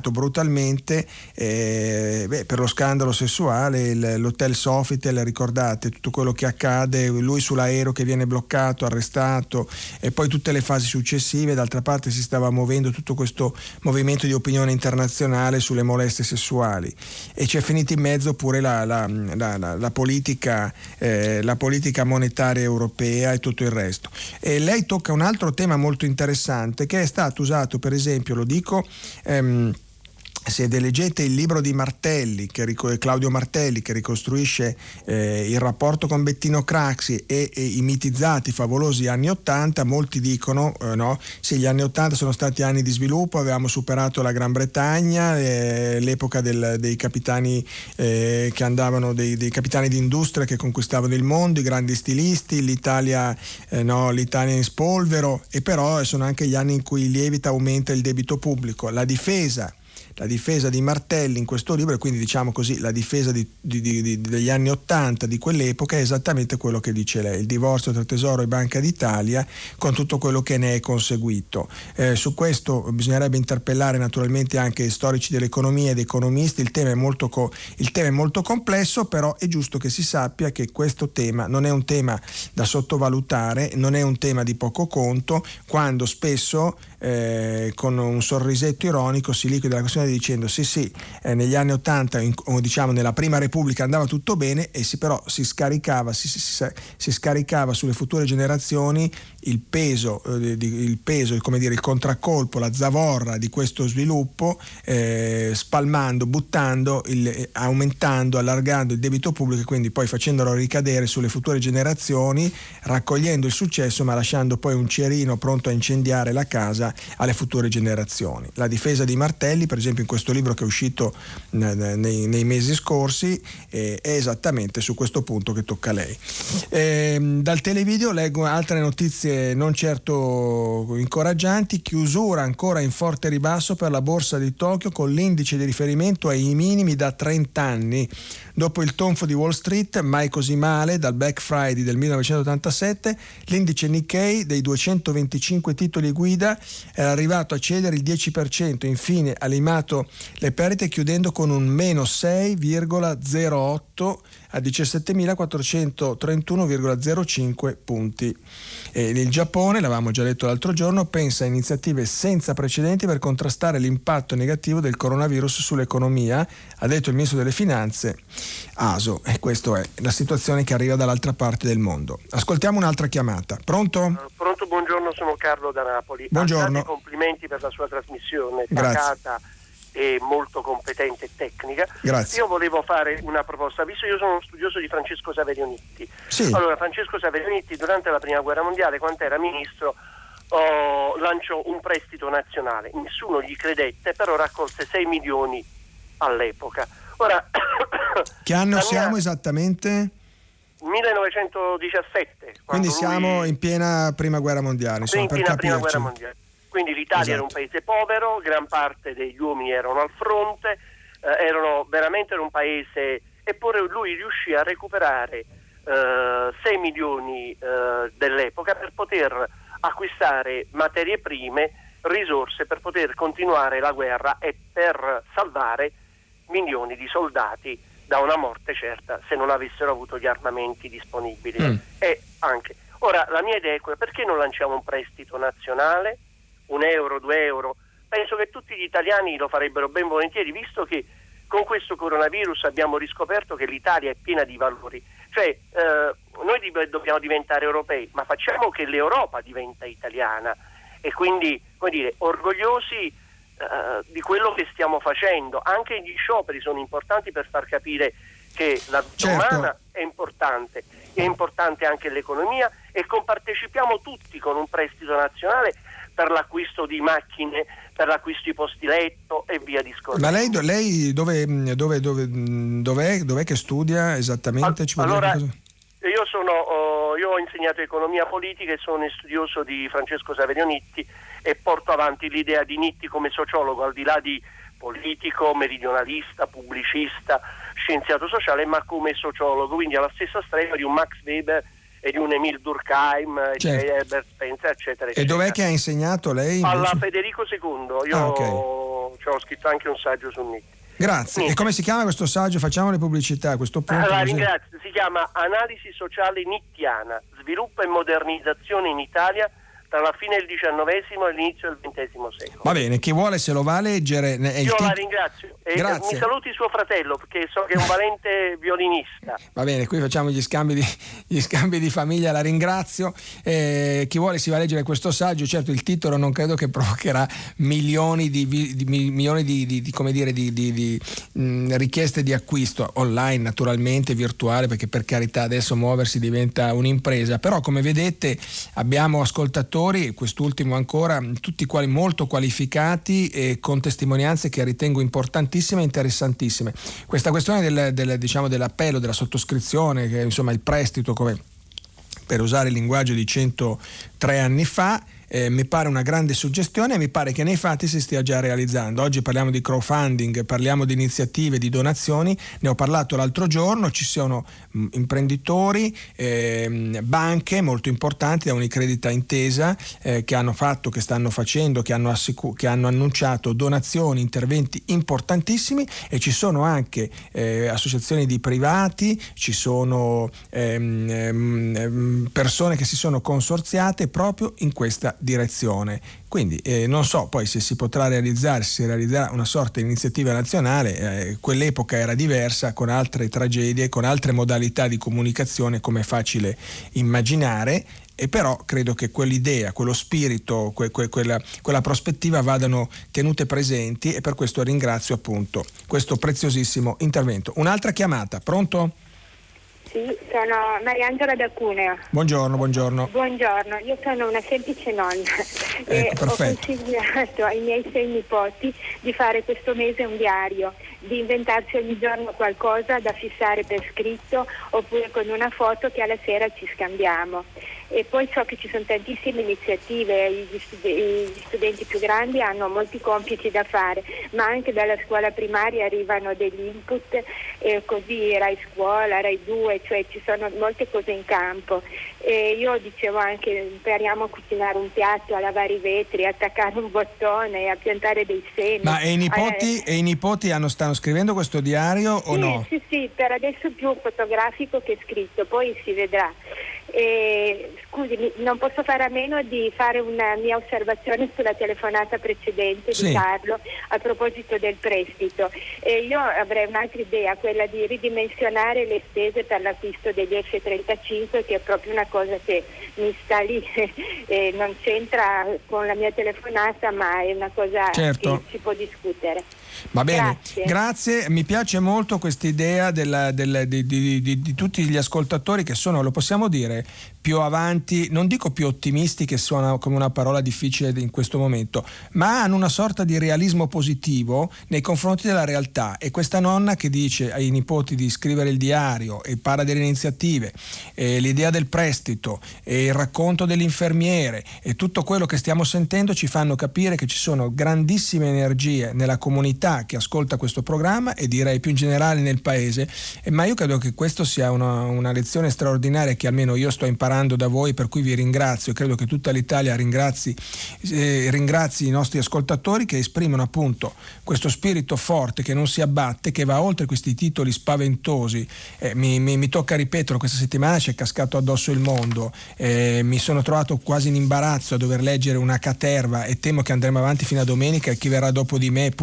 Speaker 2: eliminato brutalmente eh, beh, per lo scandalo sessuale, il, l'hotel Sofitel, ricordate tutto quello che accade, lui sull'aereo che viene bloccato, arrestato e poi tutte le fasi successive. D'altra parte si stava muovendo tutto questo movimento di opinione internazionale sulle molestie sessuali e c'è finita in mezzo pure la, la, la, la, la politica eh, la politica monetaria europea e tutto il resto. E lei tocca un altro tema molto interessante che è stato usato, per esempio, lo dico ehm, se leggete il libro di Martelli, che, Claudio Martelli, che ricostruisce eh, il rapporto con Bettino Craxi e, e i mitizzati favolosi anni ottanta, molti dicono eh, no, sì, gli anni ottanta sono stati anni di sviluppo, avevamo superato la Gran Bretagna, eh, l'epoca del, dei capitani eh, che andavano, dei, dei capitani d'industria che conquistavano il mondo, i grandi stilisti, l'Italia, eh, no, l'Italia in spolvero, e però sono anche gli anni in cui lievita, aumenta il debito pubblico. La difesa La difesa di Martelli in questo libro, e quindi diciamo così la difesa di, di, di, degli anni Ottanta, di quell'epoca, è esattamente quello che dice lei, il divorzio tra Tesoro e Banca d'Italia con tutto quello che ne è conseguito. Eh, su questo bisognerebbe interpellare naturalmente anche storici dell'economia ed economisti, il tema è molto, co- il tema è molto complesso, però è giusto che si sappia che questo tema non è un tema da sottovalutare, non è un tema di poco conto, quando spesso eh, con un sorrisetto ironico si liquida la questione dicendo sì sì eh, negli anni ottanta o diciamo nella prima Repubblica andava tutto bene e si però si scaricava si, si, si, si scaricava sulle future generazioni il peso eh, di, il peso come dire il contraccolpo, la zavorra di questo sviluppo, eh, spalmando, buttando il, eh, aumentando, allargando il debito pubblico e quindi poi facendolo ricadere sulle future generazioni, raccogliendo il successo ma lasciando poi un cerino pronto a incendiare la casa alle future generazioni. La difesa di Martelli, per esempio, in questo libro che è uscito nei, nei mesi scorsi, eh, è esattamente su questo punto che tocca a lei. Eh, dal televideo leggo altre notizie non certo incoraggianti. Chiusura ancora in forte ribasso per la borsa di Tokyo, con l'indice di riferimento ai minimi da trenta anni. Dopo il tonfo di Wall Street, mai così male dal Black Friday del millenovecentottantasette, l'indice Nikkei dei duecentoventicinque titoli guida era arrivato a cedere il dieci per cento, infine ha limato le perdite chiudendo con un meno sei virgola zero otto a diciassettemilaquattrocentotrentuno virgola zero cinque punti. E il Giappone, l'avevamo già detto l'altro giorno, pensa a iniziative senza precedenti per contrastare l'impatto negativo del coronavirus sull'economia, ha detto il ministro delle finanze Aso, e questa è la situazione che arriva dall'altra parte del mondo. Ascoltiamo un'altra chiamata. Pronto?
Speaker 7: Uh, pronto, buongiorno, sono Carlo da Napoli.
Speaker 2: Buongiorno.
Speaker 7: Complimenti per la sua trasmissione,
Speaker 2: Grazie.
Speaker 7: pacata e molto competente e tecnica.
Speaker 2: Grazie.
Speaker 7: Io volevo fare una proposta, visto che io sono uno studioso di Francesco Saverio Nitti.
Speaker 2: Sì.
Speaker 7: Allora, Francesco Saverio Nitti durante la prima guerra mondiale, quando era ministro, oh, lanciò un prestito nazionale. Nessuno gli credette, però raccolse sei milioni all'epoca. Ora,
Speaker 2: che anno siamo
Speaker 7: mia...
Speaker 2: esattamente?
Speaker 7: millenovecentodiciassette.
Speaker 2: Quindi siamo
Speaker 7: lui...
Speaker 2: in piena prima guerra mondiale. Insomma,
Speaker 7: in
Speaker 2: per
Speaker 7: piena
Speaker 2: capirci.
Speaker 7: prima guerra mondiale. Quindi l'Italia
Speaker 2: Esatto.
Speaker 7: era un paese povero, gran parte degli uomini erano al fronte, eh, erano veramente era un paese, eppure lui riuscì a recuperare eh, sei milioni eh, dell'epoca per poter acquistare materie prime, risorse per poter continuare la guerra e per salvare milioni di soldati da una morte certa se non avessero avuto gli armamenti disponibili. Mm. E anche ora la mia idea è quella: perché non lanciamo un prestito nazionale, un euro, due euro? Penso che tutti gli italiani lo farebbero ben volentieri, visto che con questo coronavirus abbiamo riscoperto che l'Italia è piena di valori. Cioè eh, noi dobbiamo diventare europei, ma facciamo che l'Europa diventa italiana, e quindi, come dire, orgogliosi Uh, di quello che stiamo facendo. Anche gli scioperi sono importanti per far capire che la vita
Speaker 2: certo.
Speaker 7: umana è importante, è importante anche l'economia, e compartecipiamo tutti con un prestito nazionale per l'acquisto di macchine per l'acquisto di posti letto e via discorrendo.
Speaker 2: Ma lei, lei dove, dove, dove, dov'è, dov'è che studia esattamente? Ci
Speaker 7: allora, io, sono, oh, io ho insegnato economia politica e sono studioso di Francesco Saverio Nitti e porto avanti l'idea di Nitti come sociologo, al di là di politico, meridionalista, pubblicista, scienziato sociale, ma come sociologo, quindi alla stessa stregua di un Max Weber e di un Emile Durkheim, certo. e Herbert Spencer, eccetera, eccetera.
Speaker 2: E dov'è che ha insegnato lei? Invece?
Speaker 7: Alla Federico secondo, io ah, okay. ci ho scritto anche un saggio su Nitti.
Speaker 2: Grazie. Niente. E come si chiama questo saggio? Facciamo le pubblicità a questo punto.
Speaker 7: La ringrazio, si chiama Analisi sociale nittiana, sviluppo e modernizzazione in Italia tra la fine del diciannovesimo e l'inizio del ventesimo secolo.
Speaker 2: Va bene, chi vuole se lo va a leggere. È
Speaker 7: Io la ringrazio. E
Speaker 2: Grazie.
Speaker 7: Mi saluti suo fratello, perché so che è un valente violinista.
Speaker 2: Va bene, qui facciamo gli scambi di, gli scambi di famiglia, la ringrazio. Eh, chi vuole si va a leggere questo saggio, certo il titolo non credo che provocherà milioni di, di, milioni di, di, di, come dire, di, di, di mh, richieste di acquisto online, naturalmente, virtuale, perché per carità adesso muoversi diventa un'impresa, però come vedete abbiamo ascoltatori, quest'ultimo ancora, tutti quali molto qualificati e con testimonianze che ritengo importantissime e interessantissime. Questa questione del, del, diciamo, dell'appello, della sottoscrizione, che insomma il prestito, come per usare il linguaggio di centotré anni fa, Eh, mi pare una grande suggestione e mi pare che nei fatti si stia già realizzando. Oggi parliamo di crowdfunding, parliamo di iniziative, di donazioni, ne ho parlato l'altro giorno, ci sono mh, imprenditori, eh, banche molto importanti, da Unicredit a Intesa, eh, che hanno fatto, che stanno facendo, che hanno, assicu- che hanno annunciato donazioni, interventi importantissimi, e ci sono anche eh, associazioni di privati, ci sono ehm, ehm, persone che si sono consorziate proprio in questa direzione. Quindi eh, non so poi se si potrà realizzare, se si realizzerà una sorta di iniziativa nazionale. Eh, quell'epoca era diversa, con altre tragedie, con altre modalità di comunicazione, come è facile immaginare, e però credo che quell'idea, quello spirito, que, que, quella, quella prospettiva vadano tenute presenti, e per questo ringrazio appunto questo preziosissimo intervento. Un'altra chiamata, pronto?
Speaker 8: Sì, sono Mariangela da Cuneo.
Speaker 2: Buongiorno, buongiorno.
Speaker 8: Buongiorno, io sono una semplice nonna e
Speaker 2: ecco,
Speaker 8: ho consigliato ai miei sei nipoti di fare questo mese un diario, di inventarsi ogni giorno qualcosa da fissare per scritto oppure con una foto che alla sera ci scambiamo. E poi so che ci sono tantissime iniziative, gli, stud- gli studenti più grandi hanno molti compiti da fare, ma anche dalla scuola primaria arrivano degli input, e così Rai Scuola, Rai due, cioè ci sono molte cose in campo. E io dicevo anche, impariamo a cucinare un piatto, a lavare i vetri, a attaccare un bottone, a piantare dei semi.
Speaker 2: Ma e i nipoti,
Speaker 8: eh,
Speaker 2: e i nipoti hanno, stanno scrivendo questo diario
Speaker 8: sì,
Speaker 2: o no?
Speaker 8: Sì, sì, per adesso più fotografico che scritto, poi si vedrà. E, scusi, non posso fare a meno di fare una mia osservazione sulla telefonata precedente
Speaker 2: sì.
Speaker 8: di Carlo a proposito del prestito. E io avrei un'altra idea, quella di ridimensionare le spese per l'acquisto degli F trentacinque, che è proprio una cosa che mi sta lì, e non c'entra con la mia telefonata, ma è una cosa
Speaker 2: certo.
Speaker 8: che si può discutere.
Speaker 2: Va bene,
Speaker 8: grazie.
Speaker 2: grazie. Mi piace molto questa idea della, della, di, di, di, di tutti gli ascoltatori che sono, lo possiamo dire, più avanti, non dico più ottimisti, che suona come una parola difficile in questo momento, ma hanno una sorta di realismo positivo nei confronti della realtà. E questa nonna che dice ai nipoti di scrivere il diario e parla delle iniziative, e l'idea del prestito e il racconto dell'infermiere e tutto quello che stiamo sentendo ci fanno capire che ci sono grandissime energie nella comunità che ascolta questo programma, e direi più in generale nel paese. E ma io credo che questo sia una, una lezione straordinaria che almeno io sto imparando da voi, per cui vi ringrazio. Credo che tutta l'Italia ringrazi, eh, ringrazi i nostri ascoltatori che esprimono appunto questo spirito forte che non si abbatte, che va oltre questi titoli spaventosi. Eh, mi, mi, mi tocca ripeterlo, questa settimana ci è cascato addosso il mondo, eh, mi sono trovato quasi in imbarazzo a dover leggere una caterva, e temo che andremo avanti fino a domenica e chi verrà dopo di me pure.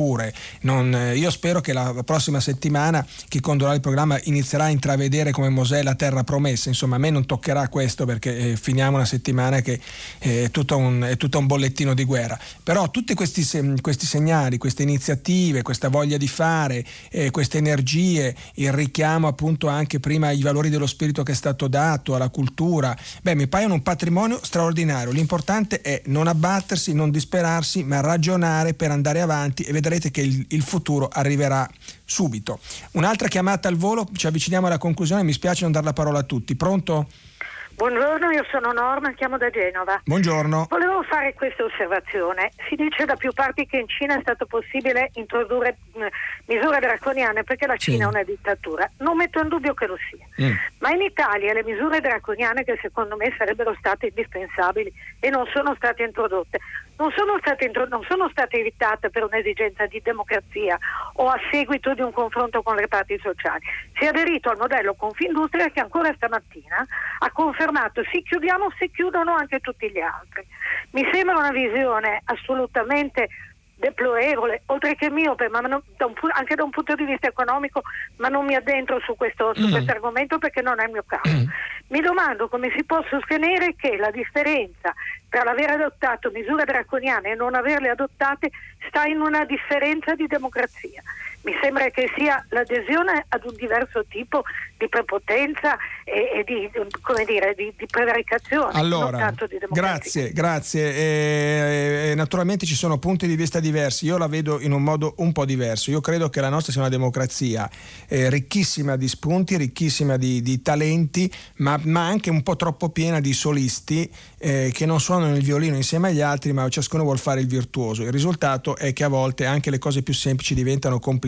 Speaker 2: non, io spero che la prossima settimana chi condurrà il programma inizierà a intravedere come Mosè la terra promessa. Insomma, a me non toccherà questo, perché eh, finiamo una settimana che è tutto un, è tutto un bollettino di guerra. Però tutti questi, se, questi segnali, queste iniziative, questa voglia di fare, eh, queste energie, il richiamo appunto anche prima ai valori dello spirito che è stato dato, alla cultura, beh, mi paiono un patrimonio straordinario. L'importante è non abbattersi, non disperarsi, ma ragionare per andare avanti, e vedrete che il, il futuro arriverà subito. Un'altra chiamata al volo, ci avviciniamo alla conclusione, mi spiace non dar la parola a tutti. Pronto?
Speaker 9: Buongiorno, io sono Norma, chiamo da Genova.
Speaker 2: Buongiorno.
Speaker 9: Volevo fare questa osservazione. Si dice da più parti che in Cina è stato possibile introdurre mh, misure draconiane perché la Cina sì. è una dittatura. Non metto in dubbio che lo sia. Mm. Ma in Italia le misure draconiane, che secondo me sarebbero state indispensabili e non sono state introdotte, non sono state, intro- non sono state evitate per un'esigenza di democrazia o a seguito di un confronto con le parti sociali. Si è aderito al modello Confindustria, che ancora stamattina ha confermato sì, chiudiamo se chiudono anche tutti gli altri. Mi sembra una visione assolutamente deplorevole, oltre che miope, ma non, da un, anche da un punto di vista economico, ma non mi addentro su questo su mm. questo argomento perché non è il mio caso. Mm. Mi domando come si può sostenere che la differenza tra l'aver adottato misure draconiane e non averle adottate sta in una differenza di democrazia. Mi sembra che sia l'adesione ad un diverso tipo di prepotenza e, e di, come dire, di, di prevaricazione,
Speaker 2: allora,
Speaker 9: non tanto di democrazia.
Speaker 2: Grazie, grazie. E, e, naturalmente ci sono punti di vista diversi, io la vedo in un modo un po' diverso. Io credo che la nostra sia una democrazia eh, ricchissima di spunti, ricchissima di, di talenti, ma, ma anche un po' troppo piena di solisti eh, che non suonano il violino insieme agli altri, ma ciascuno vuol fare il virtuoso. Il risultato è che a volte anche le cose più semplici diventano complicate.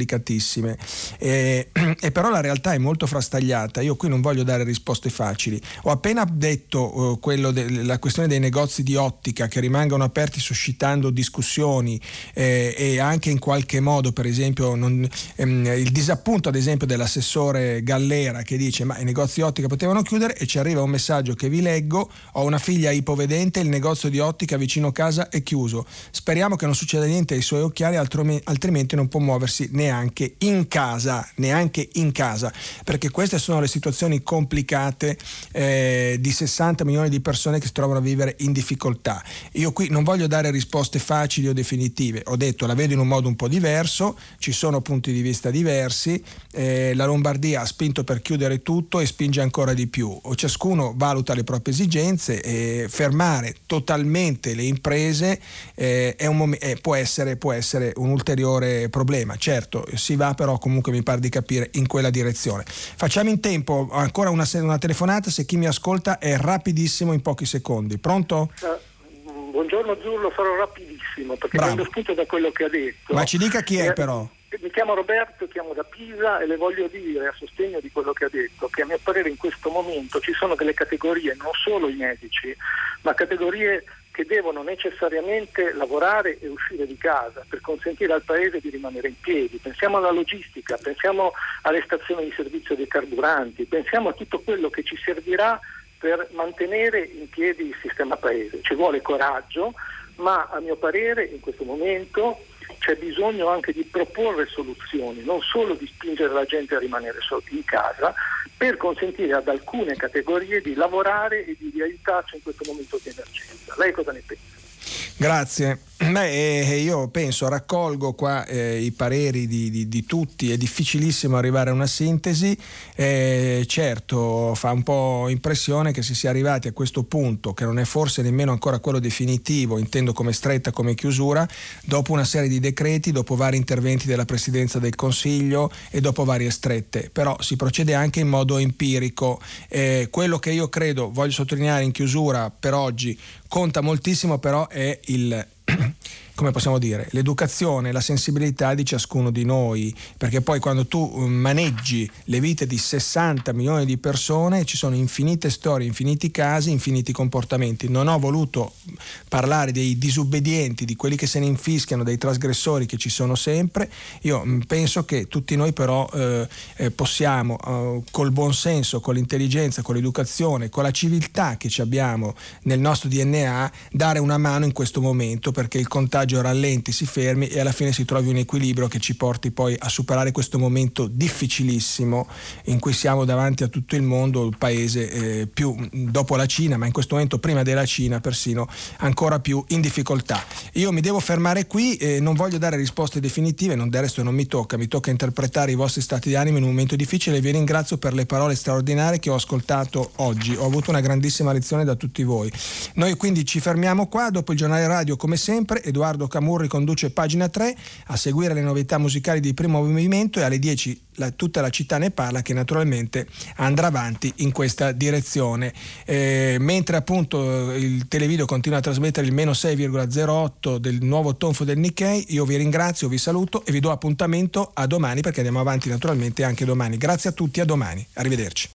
Speaker 2: E, e però la realtà è molto frastagliata. Io qui non voglio dare risposte facili. Ho appena detto uh, quello della questione dei negozi di ottica che rimangono aperti, suscitando discussioni eh, e anche in qualche modo, per esempio, non, ehm, il disappunto ad esempio dell'assessore Gallera, che dice ma i negozi di ottica potevano chiudere, e ci arriva un messaggio che vi leggo: ho una figlia ipovedente, il negozio di ottica vicino casa è chiuso, speriamo che non succeda niente ai suoi occhiali, altrimenti non può muoversi neanche anche in casa, neanche in casa, perché queste sono le situazioni complicate eh, di sessanta milioni di persone che si trovano a vivere in difficoltà. Io qui non voglio dare risposte facili o definitive, ho detto la vedo in un modo un po' diverso, ci sono punti di vista diversi, eh, la Lombardia ha spinto per chiudere tutto e spinge ancora di più, o ciascuno valuta le proprie esigenze, e fermare totalmente le imprese eh, è un mom- eh, può essere, può essere un ulteriore problema. Certo, si va però comunque, mi pare di capire, in quella direzione. Facciamo in tempo ancora una, una telefonata, se chi mi ascolta è rapidissimo, in pochi secondi. Pronto?
Speaker 6: Uh, buongiorno Giulio, sarò rapidissimo perché
Speaker 2: Bravo.
Speaker 6: prendo spunto da quello che ha detto.
Speaker 2: Ma ci dica chi è eh, però.
Speaker 6: Mi chiamo Roberto, chiamo da Pisa e le voglio dire a sostegno di quello che ha detto che a mio parere in questo momento ci sono delle categorie, non solo i medici, ma categorie che devono necessariamente lavorare e uscire di casa per consentire al paese di rimanere in piedi. Pensiamo alla logistica, pensiamo alle stazioni di servizio dei carburanti, pensiamo a tutto quello che ci servirà per mantenere in piedi il sistema paese. Ci vuole coraggio, ma a mio parere in questo momento c'è bisogno anche di proporre soluzioni, non solo di spingere la gente a rimanere in casa, per consentire ad alcune categorie di lavorare e di aiutarci in questo momento di emergenza. Lei cosa ne pensa?
Speaker 2: Grazie. Beh, io penso, raccolgo qua eh, i pareri di, di, di tutti, è difficilissimo arrivare a una sintesi, eh, certo fa un po' impressione che si sia arrivati a questo punto, che non è forse nemmeno ancora quello definitivo, intendo come stretta, come chiusura, dopo una serie di decreti, dopo vari interventi della Presidenza del Consiglio e dopo varie strette, però si procede anche in modo empirico. Eh, quello che io credo, voglio sottolineare in chiusura per oggi, conta moltissimo però è il come possiamo dire, l'educazione, la sensibilità di ciascuno di noi, perché poi quando tu maneggi le vite di sessanta milioni di persone ci sono infinite storie, infiniti casi, infiniti comportamenti. Non ho voluto parlare dei disobbedienti, di quelli che se ne infischiano, dei trasgressori che ci sono sempre. Io penso che tutti noi però eh, eh, possiamo eh, col buon senso, con l'intelligenza, con l'educazione, con la civiltà che ci abbiamo nel nostro D N A dare una mano in questo momento, perché il contagio l'orologio rallenti, si fermi e alla fine si trovi un equilibrio che ci porti poi a superare questo momento difficilissimo in cui siamo davanti a tutto il mondo, il paese eh, più dopo la Cina, ma in questo momento prima della Cina persino ancora più in difficoltà. Io mi devo fermare qui, eh, non voglio dare risposte definitive, non del resto non mi tocca, mi tocca interpretare i vostri stati d'animo in un momento difficile. Vi ringrazio per le parole straordinarie che ho ascoltato oggi, ho avuto una grandissima lezione da tutti voi. Noi quindi ci fermiamo qua, dopo il giornale radio come sempre Edoardo Camurri conduce Pagina tre, a seguire le novità musicali di Primo Movimento e alle dieci la, tutta la città ne parla, che naturalmente andrà avanti in questa direzione. Eh, mentre appunto il televideo continua a trasmettere il meno sei virgola zero otto del nuovo tonfo del Nikkei, io vi ringrazio, vi saluto e vi do appuntamento a domani, perché andiamo avanti naturalmente anche domani. Grazie a tutti, a domani, arrivederci.